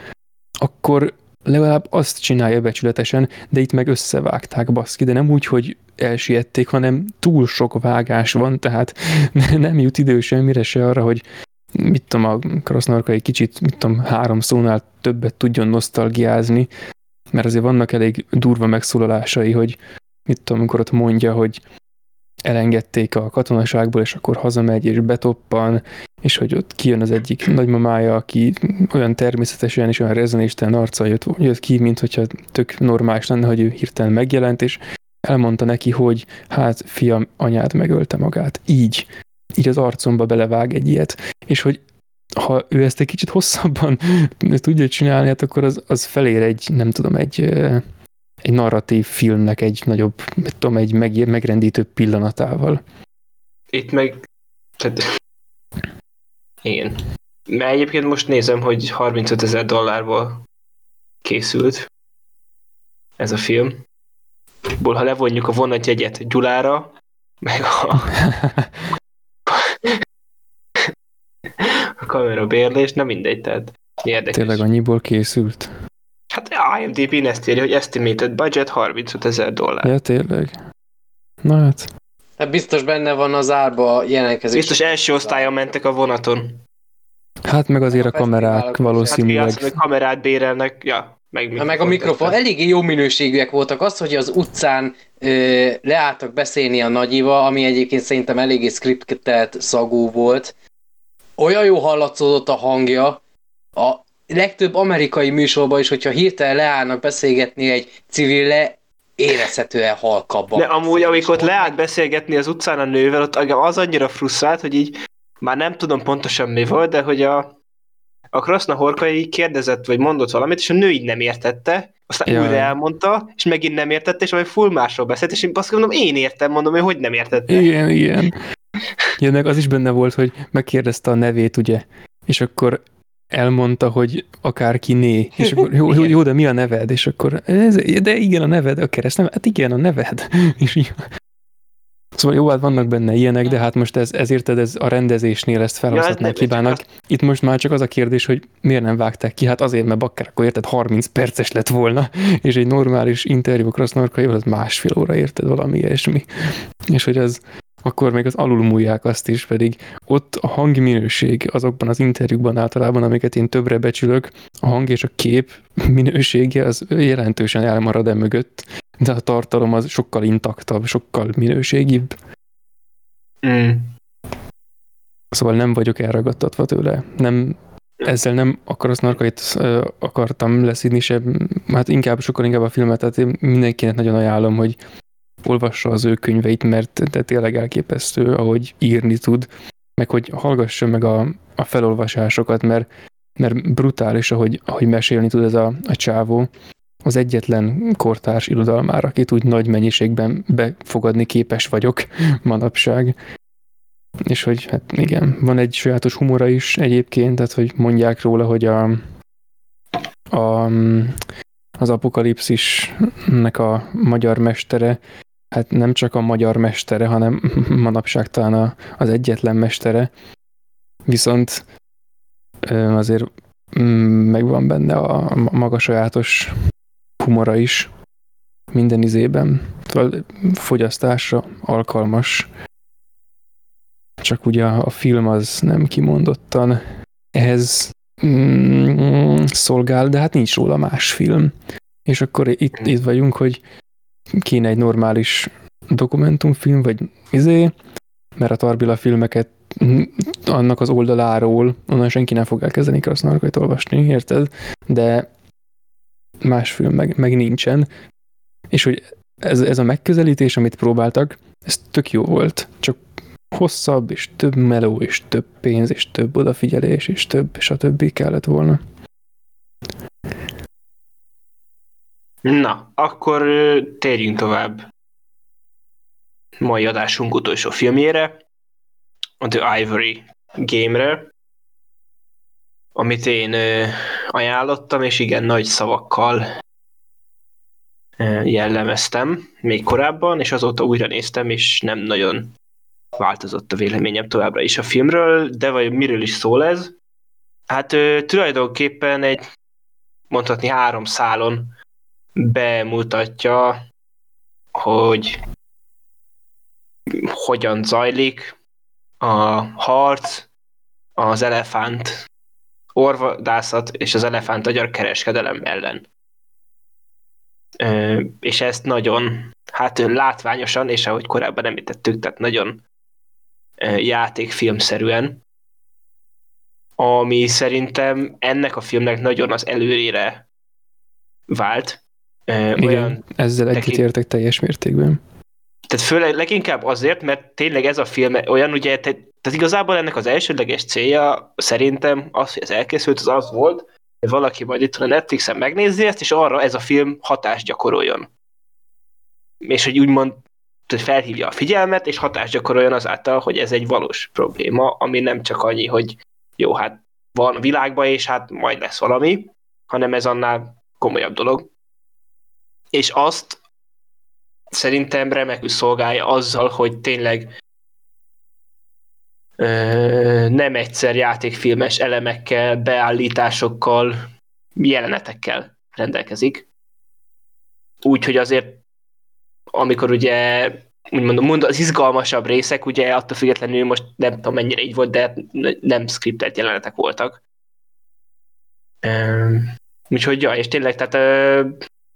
akkor legalább azt csinálja becsületesen, de itt meg összevágták, baszki, de nem úgy, hogy elsiették, hanem túl sok vágás van, tehát nem jut idő semmire se arra, hogy mit tudom, a Krasznahorka egy kicsit, mit tudom, három szónál többet tudjon nosztalgiázni, mert azért vannak elég durva megszólalásai, hogy mit tudom, amikor ott mondja, hogy elengedték a katonaságból, és akkor hazamegy, és betoppan, és hogy ott kijön az egyik nagymamája, aki olyan természetesen és olyan rezenéstelen arccal jött, jött ki, mint hogyha tök normális lenne, hogy ő hirtelen megjelent, és elmondta neki, hogy hát fiam, anyád megölte magát. Így. Így az arcomba belevág egy ilyet. És hogy ha ő ezt egy kicsit hosszabban tudja csinálni, hát akkor az, az felér egy, nem tudom, egy, egy narratív filmnek egy nagyobb, nem tudom, egy meg, megrendítőbb pillanatával. Itt meg... Tehát... Igen. Mert egyébként most nézem, hogy harmincöt ezer dollárból készült ez a film. Ból, ha levonjuk a vonatjegyet Gyulára, meg a... a kamera bérlés, nem mindegy, tehát érdekes. Tényleg annyiból készült? Hát IMDb-n ezt írja, hogy estimated budget harmincöt ezer dollár. Ja, tényleg. Na hát. Hát biztos benne van az árba jelentkezés. Biztos első osztályon mentek a vonaton. Hát meg azért a kamerák valószínűleg. Hát a kamerát bérelnek, ja. Meg, Na, meg a mikrofon. Eléggé jó minőségűek voltak. Az, hogy az utcán ö, leálltak beszélni a nagyival, ami egyébként szerintem eléggé scriptelt szagú volt. Olyan jó hallatszódott a hangja. A legtöbb amerikai műsorban is, hogyha hirtelen leállnak beszélgetni egy civille, érezhetően halkabban. De amúgy, amikor ott leállt beszélgetni az utcán a nővel, ott az annyira frusztrált, hogy így már nem tudom pontosan mi volt, de hogy a a Krasznahorka így kérdezett, vagy mondott valamit, és a nő így nem értette, aztán ja. újra elmondta, és megint nem értette, és valami full másról beszélt, és én azt mondom, én értem, mondom, hogy hogy nem értette. Igen, igen. Ja, meg az is benne volt, hogy megkérdezte a nevét, ugye, és akkor elmondta, hogy akárki né, és akkor jó, jó, jó, de mi a neved? És akkor, ez, de igen, a neved, a keresztneve, hát igen, a neved. És így, szóval jó, hát vannak benne ilyenek, de hát most ez, ezért ez a rendezésnél ezt felhozhatnák ja, hibának. Itt most már csak az a kérdés, hogy miért nem vágták ki? Hát azért, mert bakker, akkor érted, harminc perces lett volna, és egy normális interjú Krasznahorka, jó, az másfél óra, érted, valami ilyesmi. És hogy az, akkor még az alulmúlják azt is, pedig ott a hangminőség azokban az interjúkban általában, amiket én többre becsülök, a hang és a kép minősége az jelentősen elmarad e mögött, de a tartalom az sokkal intaktabb, sokkal minőségibb. Mm. Szóval nem vagyok elragadtatva tőle. Nem, ezzel nem a Krasznahorkait akartam leszídni sem, hát inkább, sokkal inkább a filmet, tehát én mindenkinek nagyon ajánlom, hogy olvassa az ő könyveit, mert de tényleg elképesztő, ahogy írni tud, meg hogy hallgassa meg a, a felolvasásokat, mert, mert brutális, ahogy, ahogy mesélni tud ez a, a csávó. az egyetlen kortárs irodalmár, akit úgy nagy mennyiségben befogadni képes vagyok manapság. És hogy hát igen, van egy sajátos humora is egyébként, tehát hogy mondják róla, hogy a, a az Apokalipszisnek a magyar mestere, hát nem csak a magyar mestere, hanem manapság talán a, az egyetlen mestere, viszont azért megvan benne a maga sajátos humora is minden izében, fogyasztásra alkalmas. Csak ugye a film az nem kimondottan ehhez mm, szolgál, de hát nincs róla más film. És akkor itt, itt vagyunk, hogy kéne egy normális dokumentumfilm, vagy izé, mert a Tarbilla filmeket annak az oldaláról, onnan senki nem fog elkezdeni Krasznahorkait olvasni, érted? De más film meg, meg nincsen. És hogy ez, ez a megközelítés, amit próbáltak, ez tök jó volt. Csak hosszabb, és több meló, és több pénz, és több odafigyelés, és több, és a többi kellett volna. Na, akkor térjünk tovább mai adásunk utolsó filmjére, a The Ivory Game-re, amit én ajánlottam, és igen, nagy szavakkal jellemeztem még korábban, és azóta újra néztem, és nem nagyon változott a véleményem továbbra is a filmről, de vagy miről is szól ez? Hát tulajdonképpen egy, mondhatni három szálon bemutatja, hogy hogyan zajlik a harc, az elefánt orvadászat és az elefánt agyar kereskedelem ellen. Ö, és ezt nagyon, hát látványosan, és ahogy korábban említettük, tehát nagyon ö, játékfilmszerűen, ami szerintem ennek a filmnek nagyon az előrére vált. Ö, Igen, olyan ezzel egyetértek teljes mértékben. Tehát főleg leginkább azért, mert tényleg ez a film olyan, ugye, te, tehát igazából ennek az elsődleges célja szerintem az, hogy ez elkészült, az az volt, hogy valaki majd itt a Netflixen megnézi ezt, és arra ez a film hatást gyakoroljon. És hogy úgymond hogy felhívja a figyelmet, és hatást gyakoroljon azáltal, hogy ez egy valós probléma, ami nem csak annyi, hogy jó, hát van a világban, és hát majd lesz valami, hanem ez annál komolyabb dolog. És azt szerintem remekül szolgálja azzal, hogy tényleg ö, nem egyszer játékfilmes elemekkel, beállításokkal, jelenetekkel rendelkezik. Úgyhogy azért, amikor ugye úgymond az izgalmasabb részek, ugye attól függetlenül most nem tudom mennyire így volt, de nem skriptelt jelenetek voltak. Ö, úgyhogy ja, és tényleg, tehát ö,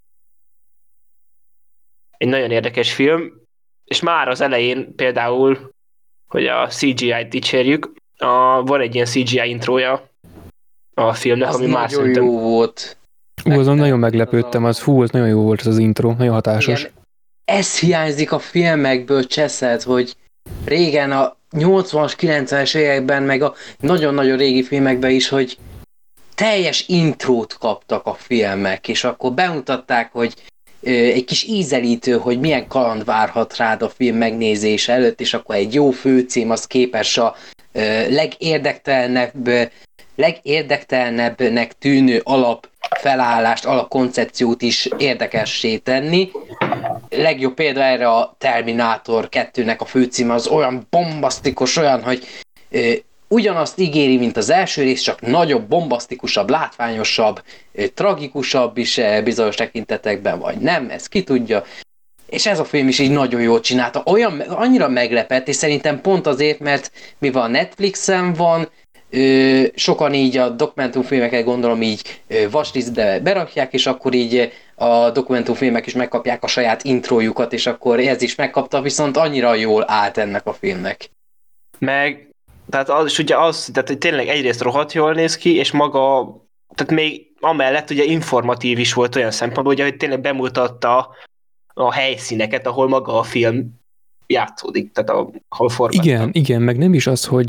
egy nagyon érdekes film, és már az elején például, hogy a cé gé í-t dicsérjük, a, van egy ilyen cé gé í intrója a filmnek, az ami már nagyon szerintem... jó volt. Ú, azon nagyon meglepődtem, az fú, az nagyon jó volt az az intro, nagyon hatásos. Igen. Ez hiányzik a filmekből, Cseszed, hogy régen a nyolcvanas, kilencvenes években, meg a nagyon-nagyon régi filmekben is, hogy teljes intrót kaptak a filmek, és akkor bemutatták, hogy egy kis ízelítő, hogy milyen kaland várhat rád a film megnézése előtt, és akkor egy jó főcím az képes a legérdektelenebb, legérdektelnebbnek tűnő alapfelállást, alapkoncepciót is érdekessé tenni. Legjobb példa erre a Terminátor kettőnek a főcíme, az olyan bombasztikus, olyan, hogy ugyanazt ígéri, mint az első rész, csak nagyobb, bombasztikusabb, látványosabb, tragikusabb is bizonyos tekintetekben, vagy nem, ez ki tudja. És ez a film is így nagyon jól csinálta. Olyan, annyira meglepett, és szerintem pont azért, mert mivel Netflixen van, sokan így a dokumentumfilmeket gondolom így watchlistbe berakják, és akkor így a dokumentumfilmek is megkapják a saját intrójukat, és akkor ez is megkapta, viszont annyira jól állt ennek a filmnek. Meg tehát az, és ugye az, tehát tényleg egyrészt rohadt jól néz ki, és maga, tehát még amellett ugye informatív is volt olyan szempontból, ugye, hogy tényleg bemutatta a helyszíneket, ahol maga a film játszódik, tehát ahol forgatnak. Igen, igen, meg nem is az, hogy,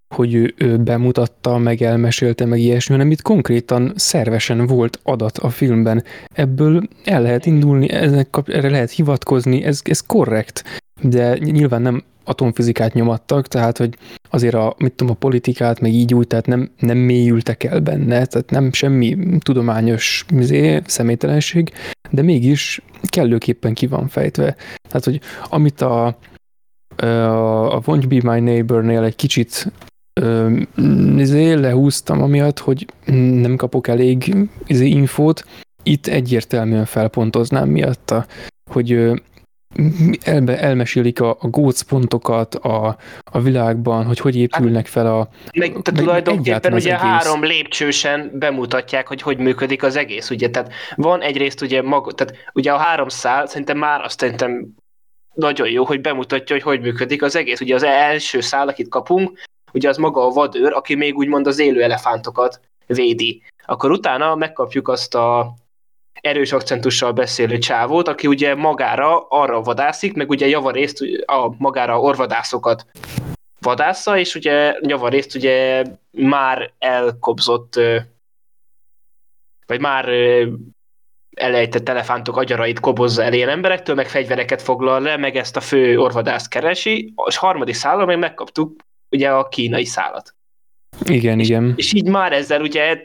hogy ő, ő bemutatta, meg elmesélte, meg ilyesmi, hanem itt konkrétan szervesen volt adat a filmben. Ebből el lehet indulni, ezek, erre lehet hivatkozni, ez, ez korrekt, de nyilván nem atomfizikát nyomattak, tehát hogy azért a, mit tudom, a politikát, meg így úgy, tehát nem, nem mélyültek el benne, tehát nem semmi tudományos mizé, személytelenség, de mégis kellőképpen ki van fejtve. Tehát, hogy amit a, a, a Won't Be My Neighbor-nél egy kicsit izé, lehúztam amiatt, hogy nem kapok elég izé, infót, itt egyértelműen felpontoznám miatta, hogy elbe, elmesélik a, a gócpontokat a, a világban, hogy hogy épülnek fel a... Meg, te meg tulajdonképpen ugye egész. három lépcsősen bemutatják, hogy hogy működik az egész, ugye, tehát van egyrészt ugye maga, tehát ugye a három szál, szerintem már azt szerintem nagyon jó, hogy bemutatja, hogy hogy működik az egész. Ugye az első szál, akit kapunk, ugye az maga a vadőr, aki még úgymond az élő elefántokat védi. Akkor utána megkapjuk azt a erős akcentussal beszélő csávót, aki ugye magára arra vadászik, meg ugye javarészt a magára orvadászokat vadásza, és ugye javarészt ugye már elkobzott, vagy már elejtett elefántok agyarait kobozza el ilyen emberektől, meg fegyvereket foglal le, meg ezt a fő orvadászt keresi, és harmadik szállal meg megkaptuk ugye a kínai szálat. Igen, és, igen. És így már ezzel ugye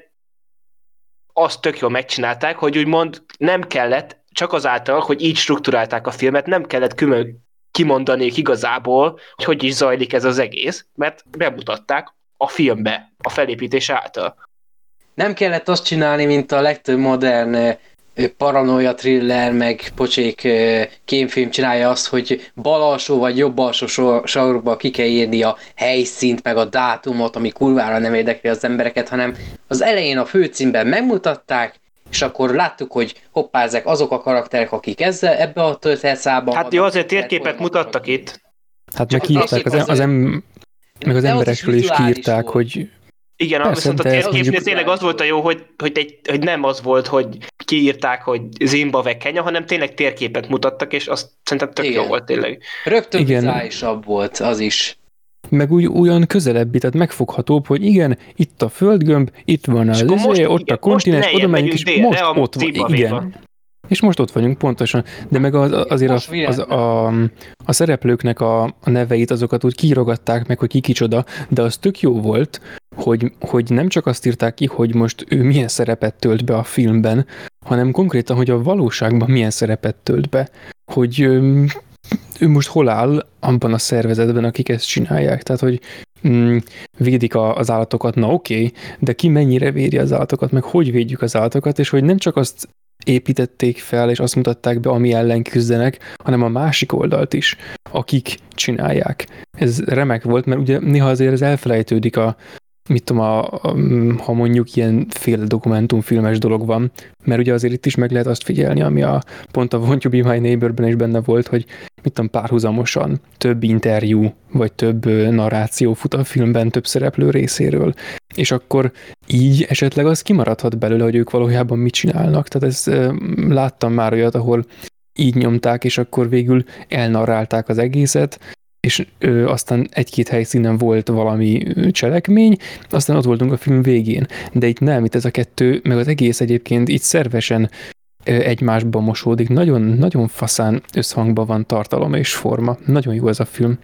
azt tök jól megcsinálták, hogy úgymond nem kellett, csak azáltal, hogy így strukturálták a filmet, nem kellett külön kimondanék igazából, hogy hogy is zajlik ez az egész, mert bemutatták a filmbe, a felépítés által. Nem kellett azt csinálni, mint a legtöbb modern paranoia thriller, meg pocsék kémfilm csinálja azt, hogy bal alsó vagy jobb alsó sorba ki kell írni a helyszínt, meg a dátumot, ami kurvára nem érdekli az embereket, hanem az elején a főcímben megmutatták, és akkor láttuk, hogy hoppá, ezek azok a karakterek, akik ezzel, ebbe a történetszában... Hát jó, azért térképet mutattak itt. Hát meg kiírták, az, az, em, meg az emberekről is kiírták, volt. hogy... Igen, persze, viszont a térképnél tényleg az volt a jó, hogy, hogy, egy, hogy nem az volt, hogy kiírták, hogy Zimbabwe, Kenya, hanem tényleg térképet mutattak, és azt szerintem tök igen. jó volt tényleg. Rögtön vizuálisabb volt az is. Meg úgy olyan közelebbi, tehát megfoghatóbb, hogy igen, itt a földgömb, itt van az izé, ott igen, a kontinens, oda megyünk, és délre, most ott van, igen. És most ott vagyunk, pontosan. De meg az, azért az, az, a, a szereplőknek a, a neveit, azokat úgy kiírogatták meg, hogy ki kicsoda, de az tök jó volt, hogy, hogy nem csak azt írták ki, hogy most ő milyen szerepet tölt be a filmben, hanem konkrétan, hogy a valóságban milyen szerepet tölt be. Hogy ő, ő most hol áll abban a szervezetben, akik ezt csinálják. Tehát, hogy mm, védik a, az állatokat, na oké, okay, de ki mennyire védi az állatokat, meg hogy védjük az állatokat, és hogy nem csak azt építették fel, és azt mutatták be, ami ellen küzdenek, hanem a másik oldalt is, akik csinálják. Ez remek volt, mert ugye néha azért ez elfelejtődik a, mit tudom, a, a, ha mondjuk ilyen fél dokumentumfilmes dolog van, mert ugye azért itt is meg lehet azt figyelni, ami a pont a Won't You Be My Neighbor-ben is benne volt, hogy mit tudom, párhuzamosan több interjú, vagy több narráció fut a filmben több szereplő részéről. És akkor így esetleg az kimaradhat belőle, hogy ők valójában mit csinálnak. Tehát ezt láttam már olyat, ahol így nyomták, és akkor végül elnarrálták az egészet, és ö, aztán egy-két helyszínen volt valami cselekmény, aztán ott voltunk a film végén. De itt nem, itt ez a kettő, meg az egész egyébként itt szervesen ö, egymásba mosódik. Nagyon, nagyon faszán összhangban van tartalom és forma. Nagyon jó ez a film.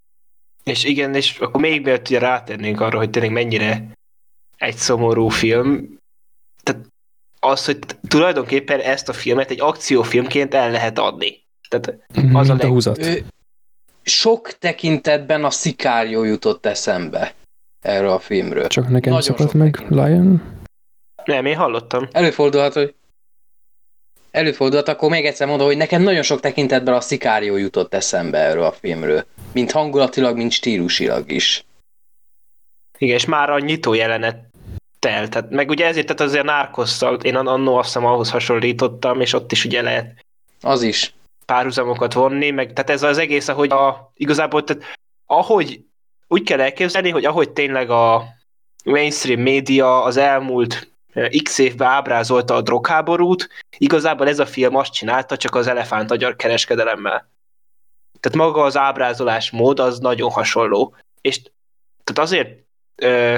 És igen, és akkor még mielőtt ugye rátérnénk arra, hogy tényleg mennyire egy szomorú film, tehát az, hogy tulajdonképpen ezt a filmet egy akciófilmként el lehet adni. Tehát az Mint a, a húzat. Ő, sok tekintetben a Sicario jutott eszembe erről a filmről. Csak nekem Nagyon szakadt sok meg Lion. Nem, én hallottam. Előfordulhat, hogy előfordulhat, akkor még egyszer mondom, hogy nekem nagyon sok tekintetben a Sicario jutott eszembe erről a filmről. Mint hangulatilag, mint stílusilag is. Igen, és már a nyitó jelenet tel. Tehát, meg ugye ezért tehát azért Narcosszal, én annó azt hiszem ahhoz hasonlítottam, és ott is ugye lehet Az is. párhuzamokat vonni, meg tehát ez az egész, ahogy a, igazából, tehát ahogy úgy kell elképzelni, hogy ahogy tényleg a mainstream média az elmúlt x évben ábrázolta a drogháborút, igazából ez a film azt csinálta, csak az elefántagyar kereskedelemmel. Tehát maga az ábrázolás mód az nagyon hasonló. És tehát azért Ö...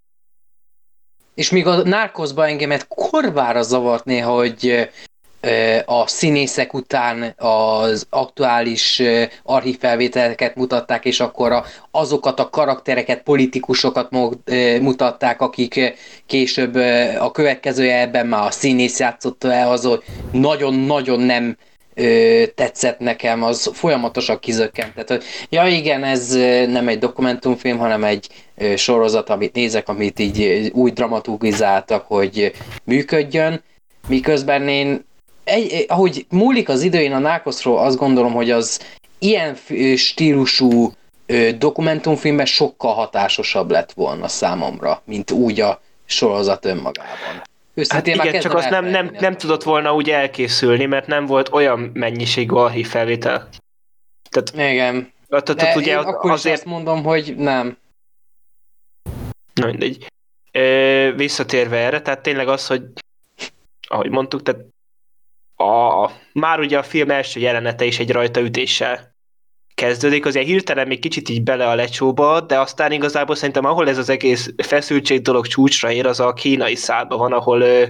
És még a Narcosban engemet korvára zavart néha, hogy a színészek után az aktuális archívfelvételeket mutatták, és akkor azokat a karaktereket, politikusokat mutatták, akik később a következője ebben már a színész játszotta el, az nagyon-nagyon nem tetszett nekem, az folyamatosan kizökkent. Tehát, hogy ja igen, ez nem egy dokumentumfilm, hanem egy sorozat, amit nézek, amit így úgy dramaturgizáltak, hogy működjön, miközben én Egy, ahogy múlik az idő, én a Narcosról azt gondolom, hogy az ilyen stílusú dokumentumfilmben sokkal hatásosabb lett volna számomra, mint úgy a sorozat önmagában. Őszintén hát igen, csak az nem, nem, nem tudott volna úgy elkészülni, mert nem volt olyan mennyiségű archív felvétel. Tehát, igen. Tehát, ugye akkor azért... is azt mondom, hogy nem. Na mindegy. Ö, visszatérve erre, tehát tényleg az, hogy ahogy mondtuk, tehát A, már ugye a film első jelenete is egy rajtaütéssel kezdődik, azért hirtelen még kicsit így bele a lecsóba, de aztán igazából szerintem ahol ez az egész feszültség dolog csúcsra ér, az a kínai szádban van, ahol ö,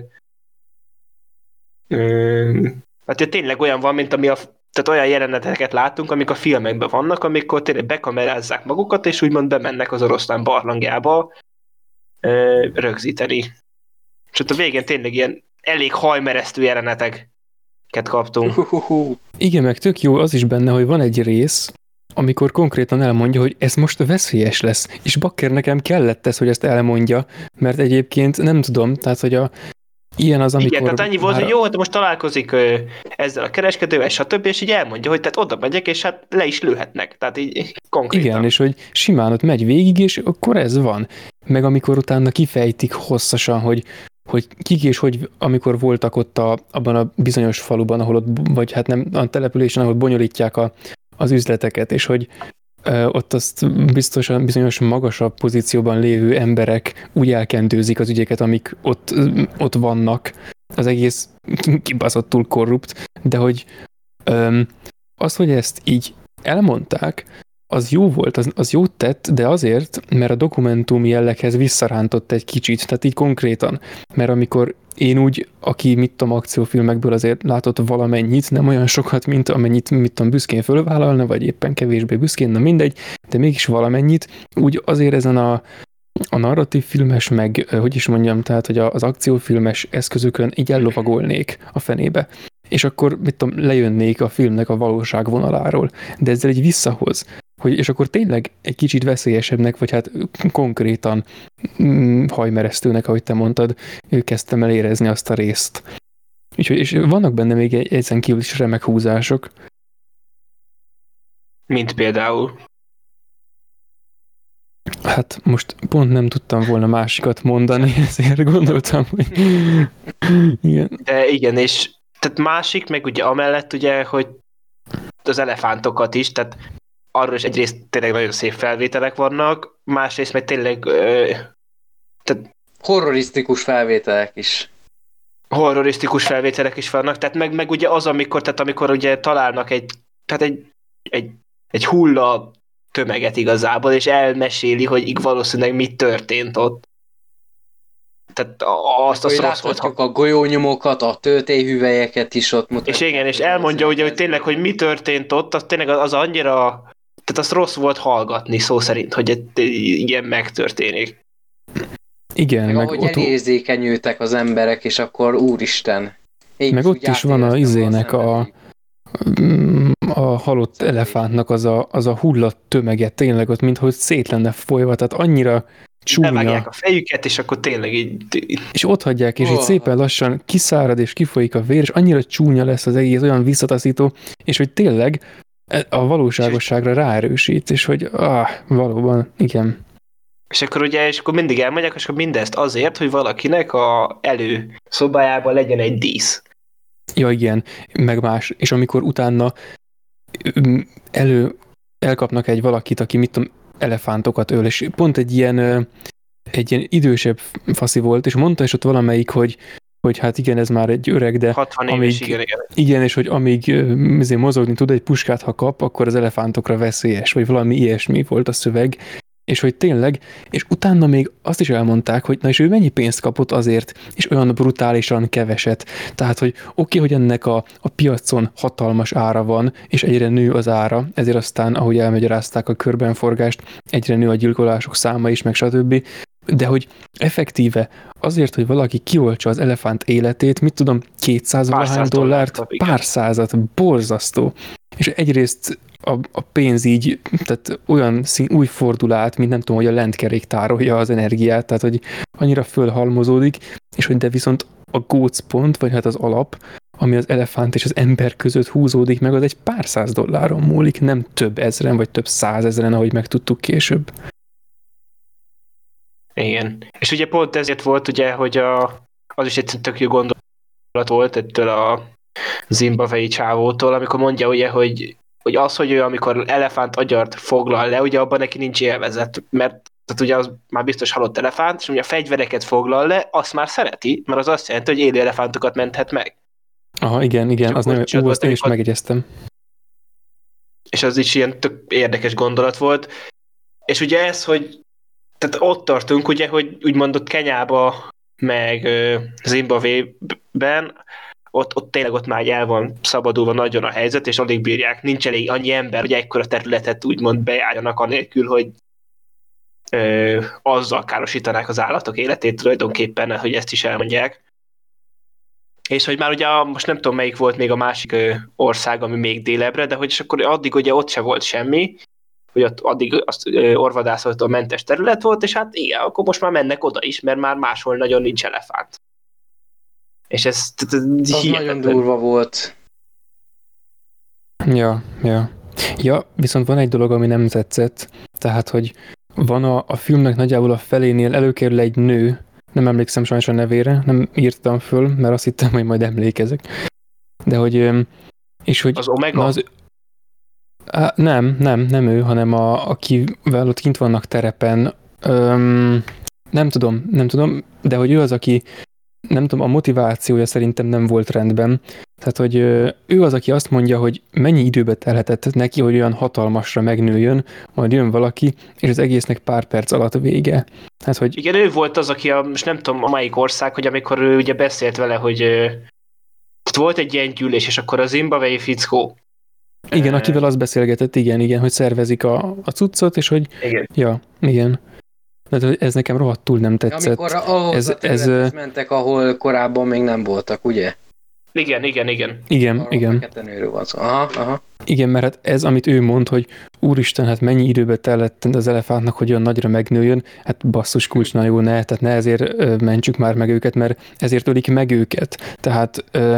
ö, hát tényleg olyan van, mint ami a, tehát olyan jeleneteket látunk, amik a filmekben vannak, amikor tényleg bekamerázzák magukat, és úgymond bemennek az oroszlán barlangjába ö, rögzíteni. És ott a végén tényleg ilyen elég hajmeresztő jelenetek kaptunk. Igen, meg tök jó az is benne, hogy van egy rész, amikor konkrétan elmondja, hogy ez most veszélyes lesz. És bakker nekem kellett ez, hogy ezt elmondja, mert egyébként nem tudom, tehát hogy a ilyen az, amikor... Igen, tehát annyi volt, hogy jó, de most találkozik ö, ezzel a kereskedővel, stb. És így elmondja, hogy tehát oda megyek, és hát le is lőhetnek. Tehát így konkrétan. Igen, és hogy simán ott megy végig, és akkor ez van. Meg amikor utána kifejtik hosszasan, hogy hogy kik és hogy, amikor voltak ott a, abban a bizonyos faluban, ahol ott, vagy hát nem, a településen, ahol bonyolítják a, az üzleteket, és hogy ö, ott azt biztosan bizonyos magasabb pozícióban lévő emberek úgy elkendőzik az ügyeket, amik ott, ott vannak. Az egész kibaszottul korrupt, de hogy ö, az, hogy ezt így elmondták, az jó volt, az, az jót tett, de azért, mert a dokumentum jelleghez visszarántott egy kicsit, tehát így konkrétan. Mert amikor én úgy, aki mit tudom, akciófilmekből azért látott valamennyit, nem olyan sokat, mint amennyit mit tudom, büszkén fölvállalna, vagy éppen kevésbé büszkén, na mindegy, de mégis valamennyit, úgy azért ezen a, a narratív filmes, meg hogy is mondjam, tehát, hogy az akciófilmes eszközökön így ellovagolnék a fenébe. És akkor, mit tudom, lejönnék a filmnek a valóság vonaláról. De ezzel egy visszahoz. Hogy, és akkor tényleg egy kicsit veszélyesebbnek, vagy hát konkrétan mm, hajmeresztőnek, ahogy te mondtad, kezdtem el érezni azt a részt. Úgyhogy, és vannak benne még egy, ezen kívül is remek húzások. Mint például? Hát most pont nem tudtam volna másikat mondani, ezért gondoltam, hogy igen. De igen, és tehát másik, meg ugye amellett ugye, hogy az elefántokat is, tehát arról is egyrészt tényleg nagyon szép felvételek vannak, másrészt meg tényleg ö, tehát horrorisztikus felvételek is. Horrorisztikus felvételek is vannak, tehát meg, meg ugye az, amikor, tehát amikor ugye találnak egy, tehát egy, egy, egy hulla tömeget igazából, és elmeséli, hogy valószínűleg mi történt ott. Tehát azt a rossz volt. A golyónyomokat, a töltélyhüvelyeket is ott mutatják. És igen, és elmondja ugye, hogy tényleg, hogy mi történt ott, az tényleg az annyira, tehát az rossz volt hallgatni szó szerint, hogy egy ilyen megtörténik. Igen, meg, meg ahogy ott elérzékenyültek az emberek, és akkor úristen. Meg ott is van a izének a, a halott elefántnak az a, az a hullat tömege, tényleg ott minthogy szét lenne folyva, tehát annyira csúnya. Levágják a fejüket, és akkor tényleg így... És ott hagyják, és oh. így szépen lassan kiszárad, és kifolyik a vér, és annyira csúnya lesz az egész, olyan visszataszító, és hogy tényleg a valóságosságra ráerősít, és hogy ah, valóban, igen. És akkor ugye, és akkor mindig elmondják, és akkor mindezt azért, hogy valakinek a elő szobájában legyen egy dísz. Ja, igen, meg más. És amikor utána elő elkapnak egy valakit, aki mit tudom, elefántokat öl, és pont egy ilyen, egy ilyen idősebb faszi volt, és mondta is ott valamelyik, hogy, hogy hát igen, ez már egy öreg, de hatvan amíg, éves, igen, igen. igen, és hogy amíg mozogni tud, egy puskát, ha kap, akkor az elefántokra veszélyes, vagy valami ilyesmi volt a szöveg, és hogy tényleg, és utána még azt is elmondták, hogy na és ő mennyi pénzt kapott azért, és olyan brutálisan keveset. Tehát, hogy oké, okay, hogy ennek a, a piacon hatalmas ára van, és egyre nő az ára, ezért aztán, ahogy elmagyarázták a körbenforgást, egyre nő a gyilkolások száma is, meg stb. De hogy effektíve azért, hogy valaki kioltsa az elefánt életét, mit tudom, kétszáz dollárt, kap, pár százat, borzasztó. És egyrészt a, a pénz így, tehát olyan szín, úgy fordul át, mint nem tudom, hogy a lentkerék tárolja az energiát, tehát hogy annyira fölhalmozódik, és hogy de viszont a gócpont, vagy hát az alap, ami az elefánt és az ember között húzódik meg, az egy pár száz dolláron múlik, nem több ezren, vagy több százezren, ahogy megtudtuk később. Igen. És ugye pont ezért volt ugye, hogy a, az is egy tök jó gondolat volt ettől a zimbabwei csávótól, amikor mondja ugye, hogy, hogy az, hogy ő amikor elefánt agyart foglal le, ugye abban neki nincs élvezet, mert tehát ugye az már biztos halott elefánt, és ugye a fegyvereket foglal le, azt már szereti, mert az azt jelenti, hogy élő elefántokat menthet meg. Aha, igen, igen, az nem, ú, azt én is megjegyeztem. És az is ilyen tök érdekes gondolat volt. És ugye ez, hogy tehát ott tartunk, ugye, hogy úgymond ott Kenyába, meg Zimbabwe-ben, ott, ott tényleg ott már el van szabadulva nagyon a helyzet, és alig bírják, nincs elég annyi ember, hogy ekkora területet úgymond bejárjanak anélkül, hogy ö, azzal károsítanák az állatok életét tulajdonképpen, hogy ezt is elmondják. És hogy már ugye most nem tudom, melyik volt még a másik ö, ország, ami még délebbre, de hogy és akkor addig ugye ott se volt semmi, hogy ott addig az orvadászatól mentes terület volt, és hát igen, akkor most már mennek oda is, mert már máshol nagyon nincs elefánt. És ez, ez, ez az nagyon durva volt. Ja, ja. Ja, viszont van egy dolog, ami nem tetszett, tehát, hogy van a, a filmnek nagyjából a felénél előkerül egy nő, nem emlékszem sajnos a nevére, nem írtam föl, mert azt hittem, hogy majd emlékezek. De hogy... És hogy az Omega? Na az, á, nem, nem, nem ő, hanem a, akivel ott kint vannak terepen. Öm, nem tudom, nem tudom, de hogy ő az, aki nem tudom, a motivációja szerintem nem volt rendben. Tehát, hogy ő az, aki azt mondja, hogy mennyi időbe telhetett neki, hogy olyan hatalmasra megnőjön, majd jön valaki, és az egésznek pár perc alatt vége. Hát, hogy... Igen, ő volt az, aki a, most nem tudom, a melyik ország, hogy amikor ő ugye beszélt vele, hogy tehát volt egy ilyen gyűlés, és akkor a zimbabwei fickó. Igen, akivel az beszélgetett, igen, igen, hogy szervezik a, a cuccot, és hogy... Igen. Ja, igen. De ez nekem rohadtul nem tetszett. Amikor ahhoz ez, a területhez mentek, ahol korábban még nem voltak, ugye? Igen, igen, igen. Igen, Arról igen. Van szó. Aha, aha. Igen, mert hát ez, amit ő mond, hogy úristen, hát mennyi időbe tellett az elefántnak, hogy olyan nagyra megnőjön, hát basszus kulcs, na jó, ne, tehát ne ezért ö, mentsük már meg őket, mert ezért ölik meg őket. Tehát ö,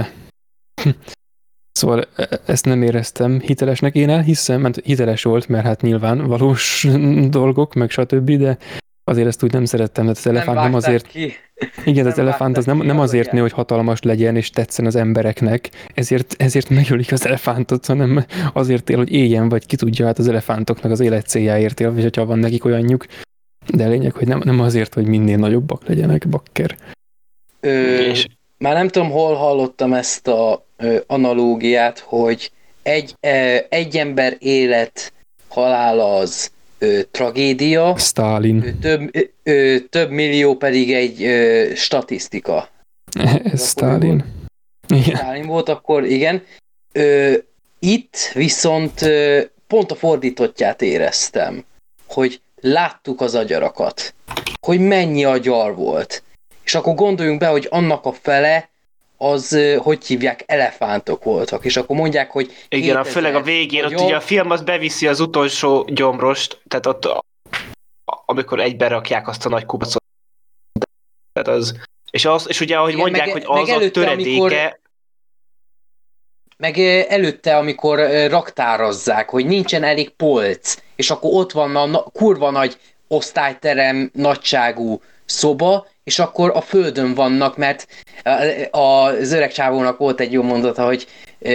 szóval ezt nem éreztem hitelesnek. Én elhiszem, mert hiteles volt, mert hát nyilván valós dolgok, meg stb., de azért ezt úgy nem szerettem, mert az elefánt nem, nem azért... Ki. Igen, nem az elefánt az nem, nem azért nő, hogy hatalmas legyen és tetszen az embereknek, ezért, ezért megölik az elefántot, hanem azért él, hogy éljen, vagy ki tudja, hát az elefántoknak az élet céljáért él, vagy hogyha van nekik olyanjuk. De lényeg, hogy nem, nem azért, hogy minél nagyobbak legyenek, bakker. Ö, és... Már nem tudom, hol hallottam ezt a ö, analógiát, hogy egy, ö, egy ember élet halála az Ö, tragédia, Stalin. Ö, több, ö, több millió pedig egy ö, statisztika. Ez Stalin. Igen. Stalin volt akkor, igen. Ö, itt viszont ö, pont a fordítottját éreztem, hogy láttuk az agyarakat, hogy mennyi agyar volt. És akkor gondoljunk be, hogy annak a fele az, hogy hívják, elefántok voltak, és akkor mondják, hogy igen, a főleg a végén, ott ugye a film az beviszi az utolsó gyomrost, tehát ott a, amikor egyben rakják azt a nagy kupacot. Tehát az, és, az, és ugye ahogy igen, mondják, meg, hogy az előtte, a töredéke... Amikor, meg előtte, amikor raktározzák, hogy nincsen elég polc, és akkor ott van a kurva nagy osztályterem nagyságú szoba, és akkor a földön vannak, mert az öreg csávónak volt egy jó mondata, hogy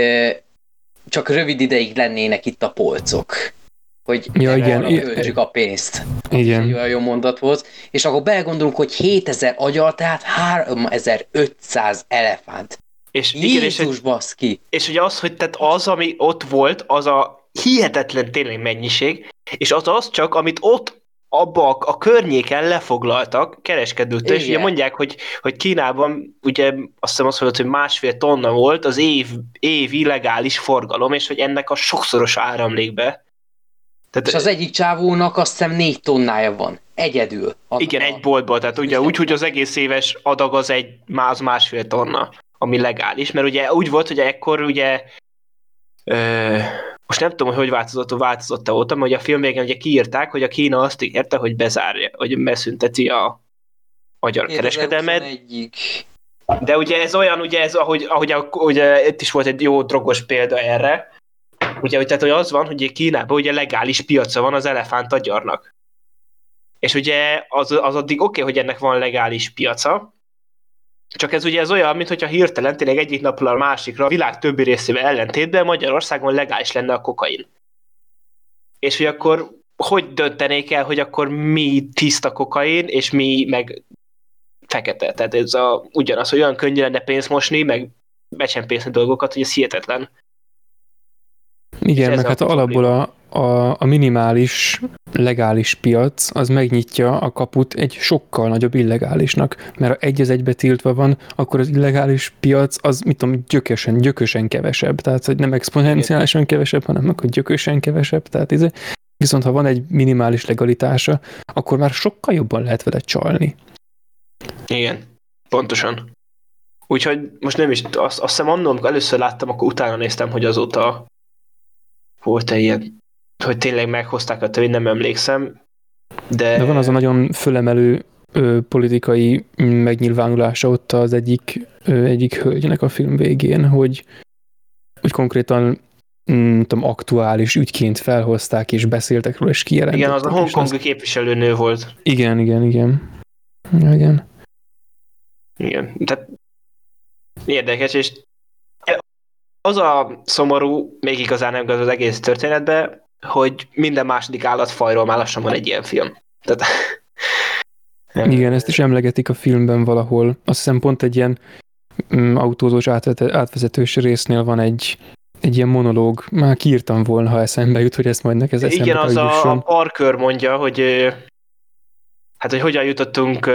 csak rövid ideig lennének itt a polcok, hogy ja, igen. költsük a pénzt. Igen. Egy olyan jó mondat volt. És akkor belegondolunk, hogy hétezer agyal, tehát háromezer-ötszáz elefánt. És Jézus, igen, és, baszki! És ugye az, hogy tehát az, ami ott volt, az a hihetetlen tényleg mennyiség, és az az csak, amit ott abba a, a környéken lefoglaltak kereskedőtől, és ugye Igen. mondják, hogy, hogy Kínában ugye azt hiszem azt mondott, hogy másfél tonna volt az év, év illegális forgalom, és hogy ennek a sokszoros áramlik be. Tehát, És az egyik csávónak azt hiszem négy tonnája van. Egyedül. A, igen, a, egy boltból, tehát ugye úgy, hogy az egész éves adag az egy az másfél tonna, ami legális, mert ugye úgy volt, hogy ekkor ugye ö, most nem tudom, hogy hogy változott, változott-e óta, mert ugye a film végén ugye kiírták, hogy a Kína azt ígérte, hogy bezárja, hogy beszünteti a magyar kereskedelmet, kétezer-huszonegyig. de ugye ez olyan, ugye ez, ahogy, ahogy a, ugye itt is volt egy jó drogos példa erre, ugye, hogy, tehát, hogy az van, hogy Kínában ugye legális piaca van az elefántagyarnak. És ugye az, az addig oké, okay, hogy ennek van legális piaca, csak ez ugye ez olyan, mintha hirtelen tényleg egyik napról a másikra a világ többi részével ellentétben Magyarországon legális lenne a kokain. És hogy akkor hogy döntenék el, hogy akkor mi tiszta kokain, és mi meg fekete. Tehát ez a, ugyanaz, hogy olyan könnyű lenne pénzt mosni, meg becsempészni dolgokat, hogy ez hihetetlen. Igen, meg a hát alapból a, a, a minimális legális piac az megnyitja a kaput egy sokkal nagyobb illegálisnak, mert ha egy az egybe tiltva van, akkor az illegális piac az, mit tudom, gyökösen, gyökösen kevesebb, tehát hogy nem exponenciálisan kevesebb, hanem akkor gyökösen kevesebb, tehát ez, viszont ha van egy minimális legalitása, akkor már sokkal jobban lehet vele csalni. Igen, pontosan. Úgyhogy most nem is, azt, azt hiszem annól, amikor először láttam, akkor utána néztem, hogy azóta volt-e ilyen, hogy tényleg meghozták a törvényt, nem emlékszem. De... de van az a nagyon fölemelő ö, politikai megnyilvánulása ott az egyik, ö, egyik hölgynek a film végén, hogy, hogy konkrétan mm, tudom, aktuális ügyként felhozták, és beszéltek róla, és kijelentették. Igen, az a hongkongi az... képviselőnő volt. Igen, igen, igen. Igen. Igen, tehát érdekes, és az a szomorú, még igazán nem az egész történetben, hogy minden második állatfajról már lassan van egy ilyen film. Tehát... Igen, ezt is emlegetik a filmben valahol. Azt hiszem pont egy ilyen mm, autózós átvete, átvezetős résznél van egy, egy ilyen monológ. Már kiírtam volna, ha eszembe jut, hogy ezt majd neked eszembe igen, az jusson. a, a Parker mondja, hogy hát, hogy hogyan jutottunk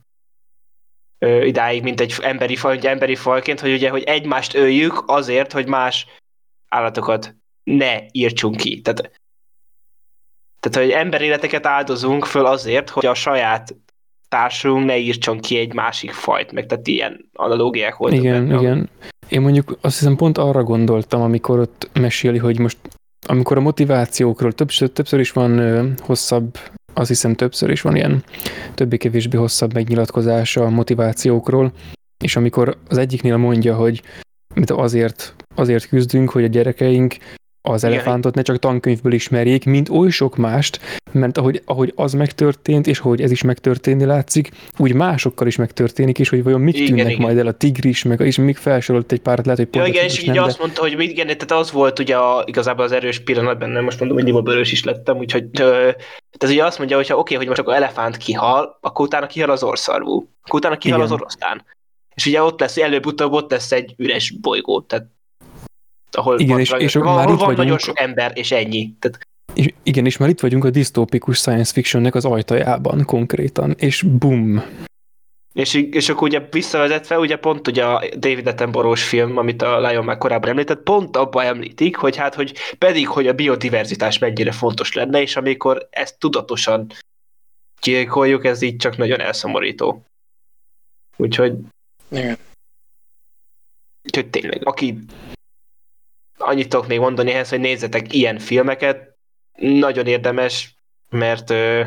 idáig, mint egy emberi faj, egy emberi fajként, hogy ugye, hogy egymást öljük azért, hogy más állatokat ne írtsunk ki. Tehát, tehát hogy emberéleteket áldozunk föl azért, hogy a saját társunk ne írtson ki egy másik fajt, meg tehát ilyen analógiák voltak. Igen, benne. Igen. Én mondjuk azt hiszem pont arra gondoltam, amikor ott meséli, hogy most amikor a motivációkról többször, többször is van ö, hosszabb, azt hiszem többször is van ilyen többé-kevésbé hosszabb megnyilatkozása a motivációkról, és amikor az egyiknél mondja, hogy azért, azért küzdünk, hogy a gyerekeink az igen, elefántot ne csak tankönyvből ismerjék, mint oly sok mást, mert ahogy, ahogy az megtörtént, és ahogy ez is megtörténni látszik, úgy másokkal is megtörténik, és hogy vajon mik igen, tűnnek igen. majd el a tigris, meg, és még felsorolt egy párat, lehet, hogy ja, pont igen, és így nem, azt de... mondta, hogy igen, tehát az volt ugye a, igazából az erős pillanat bennem, most mondom, hogy divabőrös is lettem, úgyhogy ö, tehát ugye azt mondja, hogy ha oké, hogy most akkor elefánt kihal, akkor utána kihal az orrszarvú, akkor utána kihal igen. az oroszlán. És ugye ott lesz, előbb-utóbb ott lesz egy üres bolygó, tehát ahol igen, van, és, és ahol már van itt vagyunk, nagyon sok ember, és ennyi. Tehát... És igen, és már itt vagyunk a disztópikus science fictionnek az ajtajában konkrétan, és bum. És, és akkor ugye visszavezetve, ugye pont ugye a David Attenborough-s film, amit a Lion már korábban említett, pont abban említik, hogy hát, hogy pedig, hogy a biodiverzitás mennyire fontos lenne, és amikor ezt tudatosan gyilkoljuk, ez így csak nagyon elszomorító. Úgyhogy... Igen. Úgyhogy tényleg, aki... Annyit tudok még mondani ehhez, hogy nézzetek ilyen filmeket, nagyon érdemes, mert ö,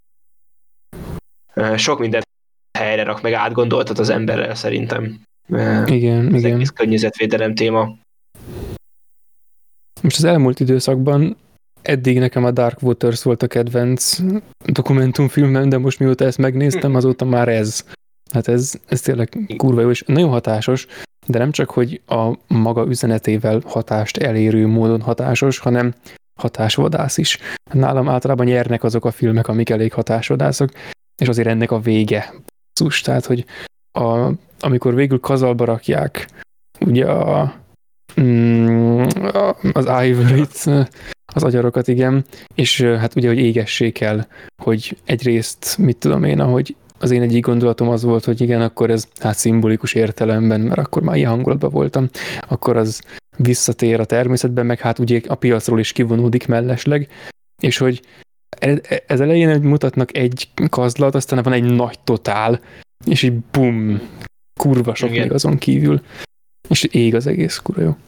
ö, sok mindent helyre rak, meg átgondoltat az emberrel szerintem. Igen, az igen. egész környezetvédelem téma. Most az elmúlt időszakban eddig nekem a Dark Waters volt a kedvenc dokumentumfilmem, de most mióta ezt megnéztem, azóta már ez. Hát ez, ez tényleg kurva jó, és nagyon hatásos, de nem csak, hogy a maga üzenetével hatást elérő módon hatásos, hanem hatásvadász is. Nálam általában nyernek azok a filmek, amik elég hatásvadászok, és azért ennek a vége. Szus, tehát, hogy a, amikor végül kazalba rakják ugye a, mm, az Ivory-t, az agyarokat, igen, és hát ugye, hogy égessék el, hogy egyrészt, mit tudom én, ahogy az én egyik gondolatom az volt, hogy igen, akkor ez hát szimbolikus értelemben, mert akkor már ilyen hangulatban voltam, akkor az visszatér a természetben, meg hát ugye a piacról is kivonódik mellesleg, és hogy ez elején mutatnak egy kazlat, aztán van egy nagy totál, és így bum, kurva sok még azon kívül, és ég az egész, kurva jó.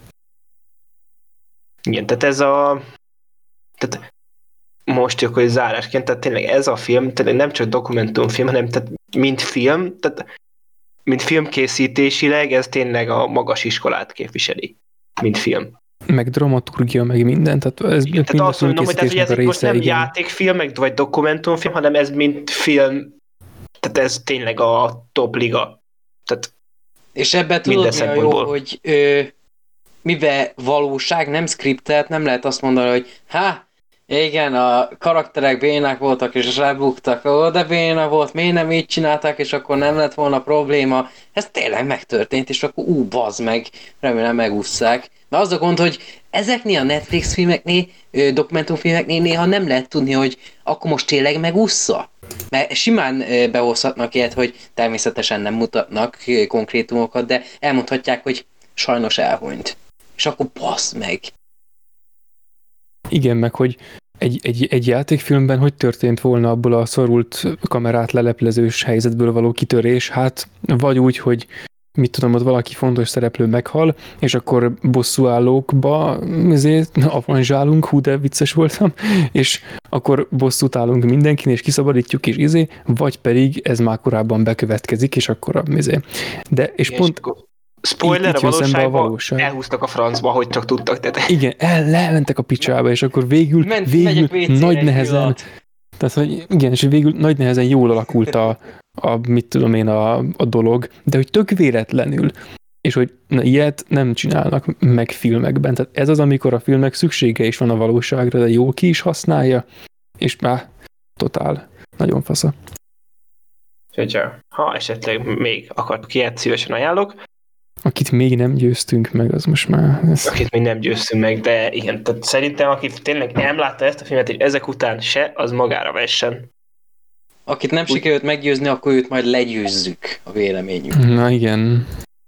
Igen, tehát ez a... Tehát most akkor zárásként, tehát tényleg ez a film, tényleg nem csak dokumentumfilm, hanem tehát mint film, tehát mint filmkészítésileg ez tényleg a magas iskolát képviseli, mint film. Meg dramaturgia, meg minden, tehát ez igen, tehát azt mondom, hogy, tehát, hogy ez része, most nem igen. játékfilm, meg, vagy dokumentumfilm, hanem ez mint film, tehát ez tényleg a top liga. Tehát és ebben tudod mi a jó, hogy ö, mivel valóság, nem skriptelt, nem lehet azt mondani, hogy há, igen, a karakterek bénák voltak, és lebuktak, ó, de béna volt, miért nem így csinálták, és akkor nem lett volna probléma. Ez tényleg megtörtént, és akkor ú, bazd meg, remélem megússzák. De az a gond, hogy ezeknél a Netflix filmeknél, dokumentumfilmeknél néha nem lehet tudni, hogy akkor most tényleg megúszza. Mert simán behozhatnak ilyet, hogy természetesen nem mutatnak konkrétumokat, de elmondhatják, hogy sajnos elhunyt. És akkor bassz meg. Igen, meg hogy egy, egy, egy játékfilmben hogy történt volna abból a szorult kamerát leleplezős helyzetből való kitörés? Hát vagy úgy, hogy mit tudom, ott valaki fontos szereplő meghal, és akkor bosszúállókba ezért avanzsálunk, hú, de vicces voltam, és akkor bosszút állunk mindenkin, és kiszabadítjuk, és izé, vagy pedig ez már korábban bekövetkezik, és akkor a izé. De, és és pont... Spoiler, a valóságban a valóság. Elhúztak a francba, hogy csak tudtak. Tehát... Igen, el, lementek a picsába, és akkor végül, Ment, végül nagy nehezen, tehát, hogy igen, és végül nagy nehezen jól alakult a, a mit tudom én, a, a dolog, de hogy tök véletlenül, és hogy na, ilyet nem csinálnak meg filmekben. Tehát ez az, amikor a filmek szüksége is van a valóságra, de jól ki is használja, és már totál, nagyon fasza. Hogyha, ha esetleg még akartok ilyet, szívesen ajánlok. Akit még nem győztünk meg, az most már... Ez... Akit még nem győztünk meg, de igen, tehát szerintem aki tényleg nem látta ezt a filmet, és ezek után se, az magára vessen. Akit nem Úgy... sikerült meggyőzni, akkor őt majd legyőzzük a véleményünk. Na igen.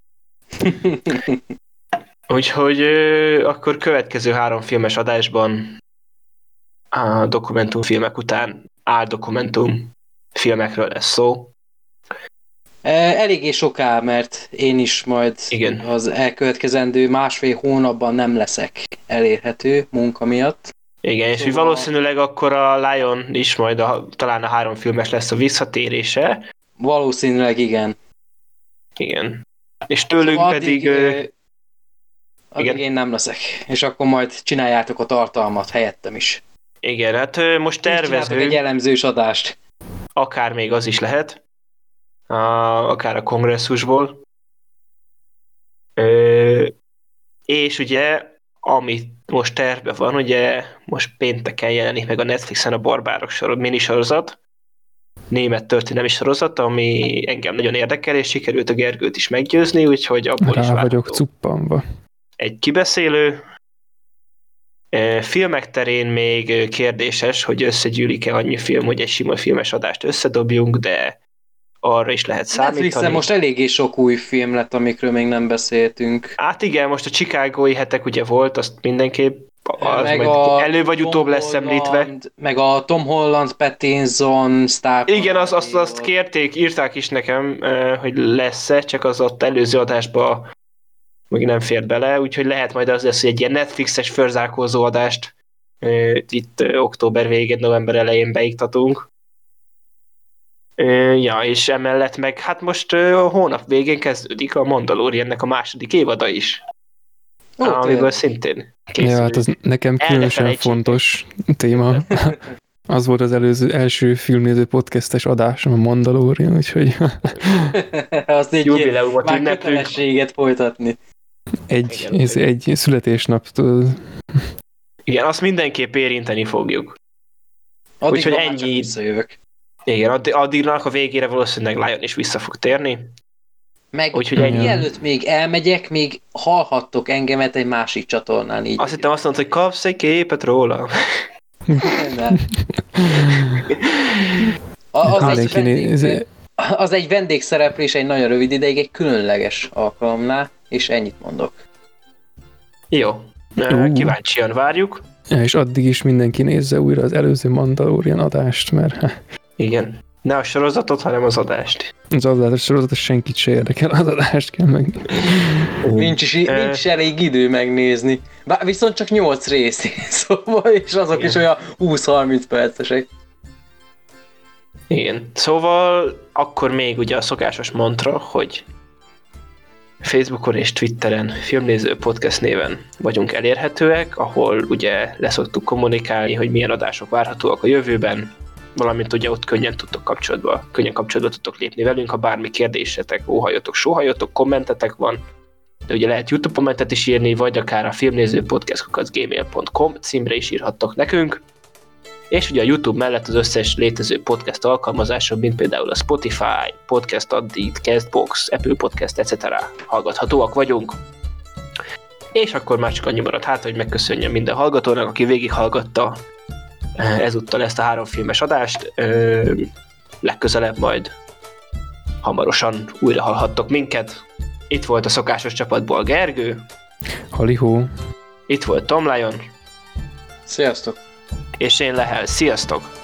Úgyhogy ö, akkor következő három filmes adásban a dokumentumfilmek után áldokumentum filmekről lesz szó. Eléggé soká, mert én is majd igen. Az elkövetkezendő másfél hónapban nem leszek elérhető munka miatt. Igen, szóval... és valószínűleg akkor a Lion is majd a, talán a három filmes lesz a visszatérése. Valószínűleg igen. Igen. És tőlünk szóval pedig... Addig, ö... addig igen. Én nem leszek. És akkor majd csináljátok a tartalmat helyettem is. Igen, hát most tervezünk... egy elemzős adást. Akár még az is lehet. A, akár a kongresszusból. Ö, és ugye, ami most tervben van, ugye most pénteken jelenik meg a Netflixen a Barbárok sorozat, minisorozat, német történelmi sorozat, ami engem nagyon érdekel, és sikerült a Gergőt is meggyőzni, úgyhogy abból Rá is vagyok cuppanva. Egy kibeszélő. Filmek terén még kérdéses, hogy összegyűlik-e annyi film, hogy egy sima filmes adást összedobjunk, de arra is lehet számítani. Netflixen most eléggé sok új film lett, amikről még nem beszéltünk. Hát igen, most a Chicagói hetek ugye volt, azt mindenképp az meg elő vagy Tom utóbb lesz Holland, említve. Meg a Tom Holland, Pattinson, Star. Igen, azt, azt, azt kérték, írták is nekem, hogy lesz-e, csak az ott előző adásba még nem fér bele, úgyhogy lehet majd az lesz, hogy egy ilyen Netflixes förzálkozó adást itt október végén, november elején beiktatunk. Ja, és emellett meg, hát most a hónap végén kezdődik a Mandaloriannek a második évada is. Ó, amiből szintén készül. Ja, hát az nekem különösen fontos téma. Az volt az előző, első filmnéző podcastes adásom, a Mandalorian, úgyhogy... Azt így jubileumot már kötelességet folytatni. Egy, ez egy születésnap. Igen, azt mindenképp érinteni fogjuk. Addig úgyhogy ennyi. Igen, addig, addignak a végére valószínűleg Lion is vissza fog térni. Meg Úgyhogy ennyi. mielőtt még elmegyek, még hallhattok engemet egy másik csatornán így. Azt hittem azt mondod, hogy kapsz egy képet róla. Nem. A- Az egy, Mindenki vendég, nézi. az egy vendégszereplés egy nagyon rövid ideig, egy különleges alkalomnál, és ennyit mondok. Jó. Ú. Kíváncsian várjuk. Ja, és addig is mindenki nézze újra az előző Mandalorian adást, mert ha, Igen. Ne a sorozatot, hanem az adást. az adásos sorozat senkit se érdekel, az adást kell meg. Nincs is, nincs is elég idő megnézni. Bár viszont csak nyolc rész, szóval, és azok Igen. is olyan húsz-harminc percesek. Igen. Szóval akkor még ugye a szokásos mantra, hogy Facebookon és Twitteren Filmnéző Podcast néven vagyunk elérhetőek, ahol ugye leszoktuk kommunikálni, hogy milyen adások várhatóak a jövőben, valamint ugye ott könnyen tudtok kapcsolatba, könnyen kapcsolatba tudtok lépni velünk, ha bármi kérdésetek, óhajotok, sóhajotok, kommentetek van, de ugye lehet YouTube kommentet is írni, vagy akár a filmnézőpodcast kukac gmail pont com címre is írhattok nekünk. És ugye a YouTube mellett az összes létező podcast alkalmazáson, mint például a Spotify, Podcast Addict, Castbox, Apple Podcast, et cetera hallgathatóak vagyunk. És akkor már csak annyi maradt hát, hogy megköszönjem minden hallgatónak, aki végighallgatta ezúttal ezt a három filmes adást. Legközelebb majd hamarosan újra hallhattok minket. Itt volt a szokásos csapatból Gergő. Halihó. Itt volt Tom Lion. Sziasztok! És én Lehel. Sziasztok!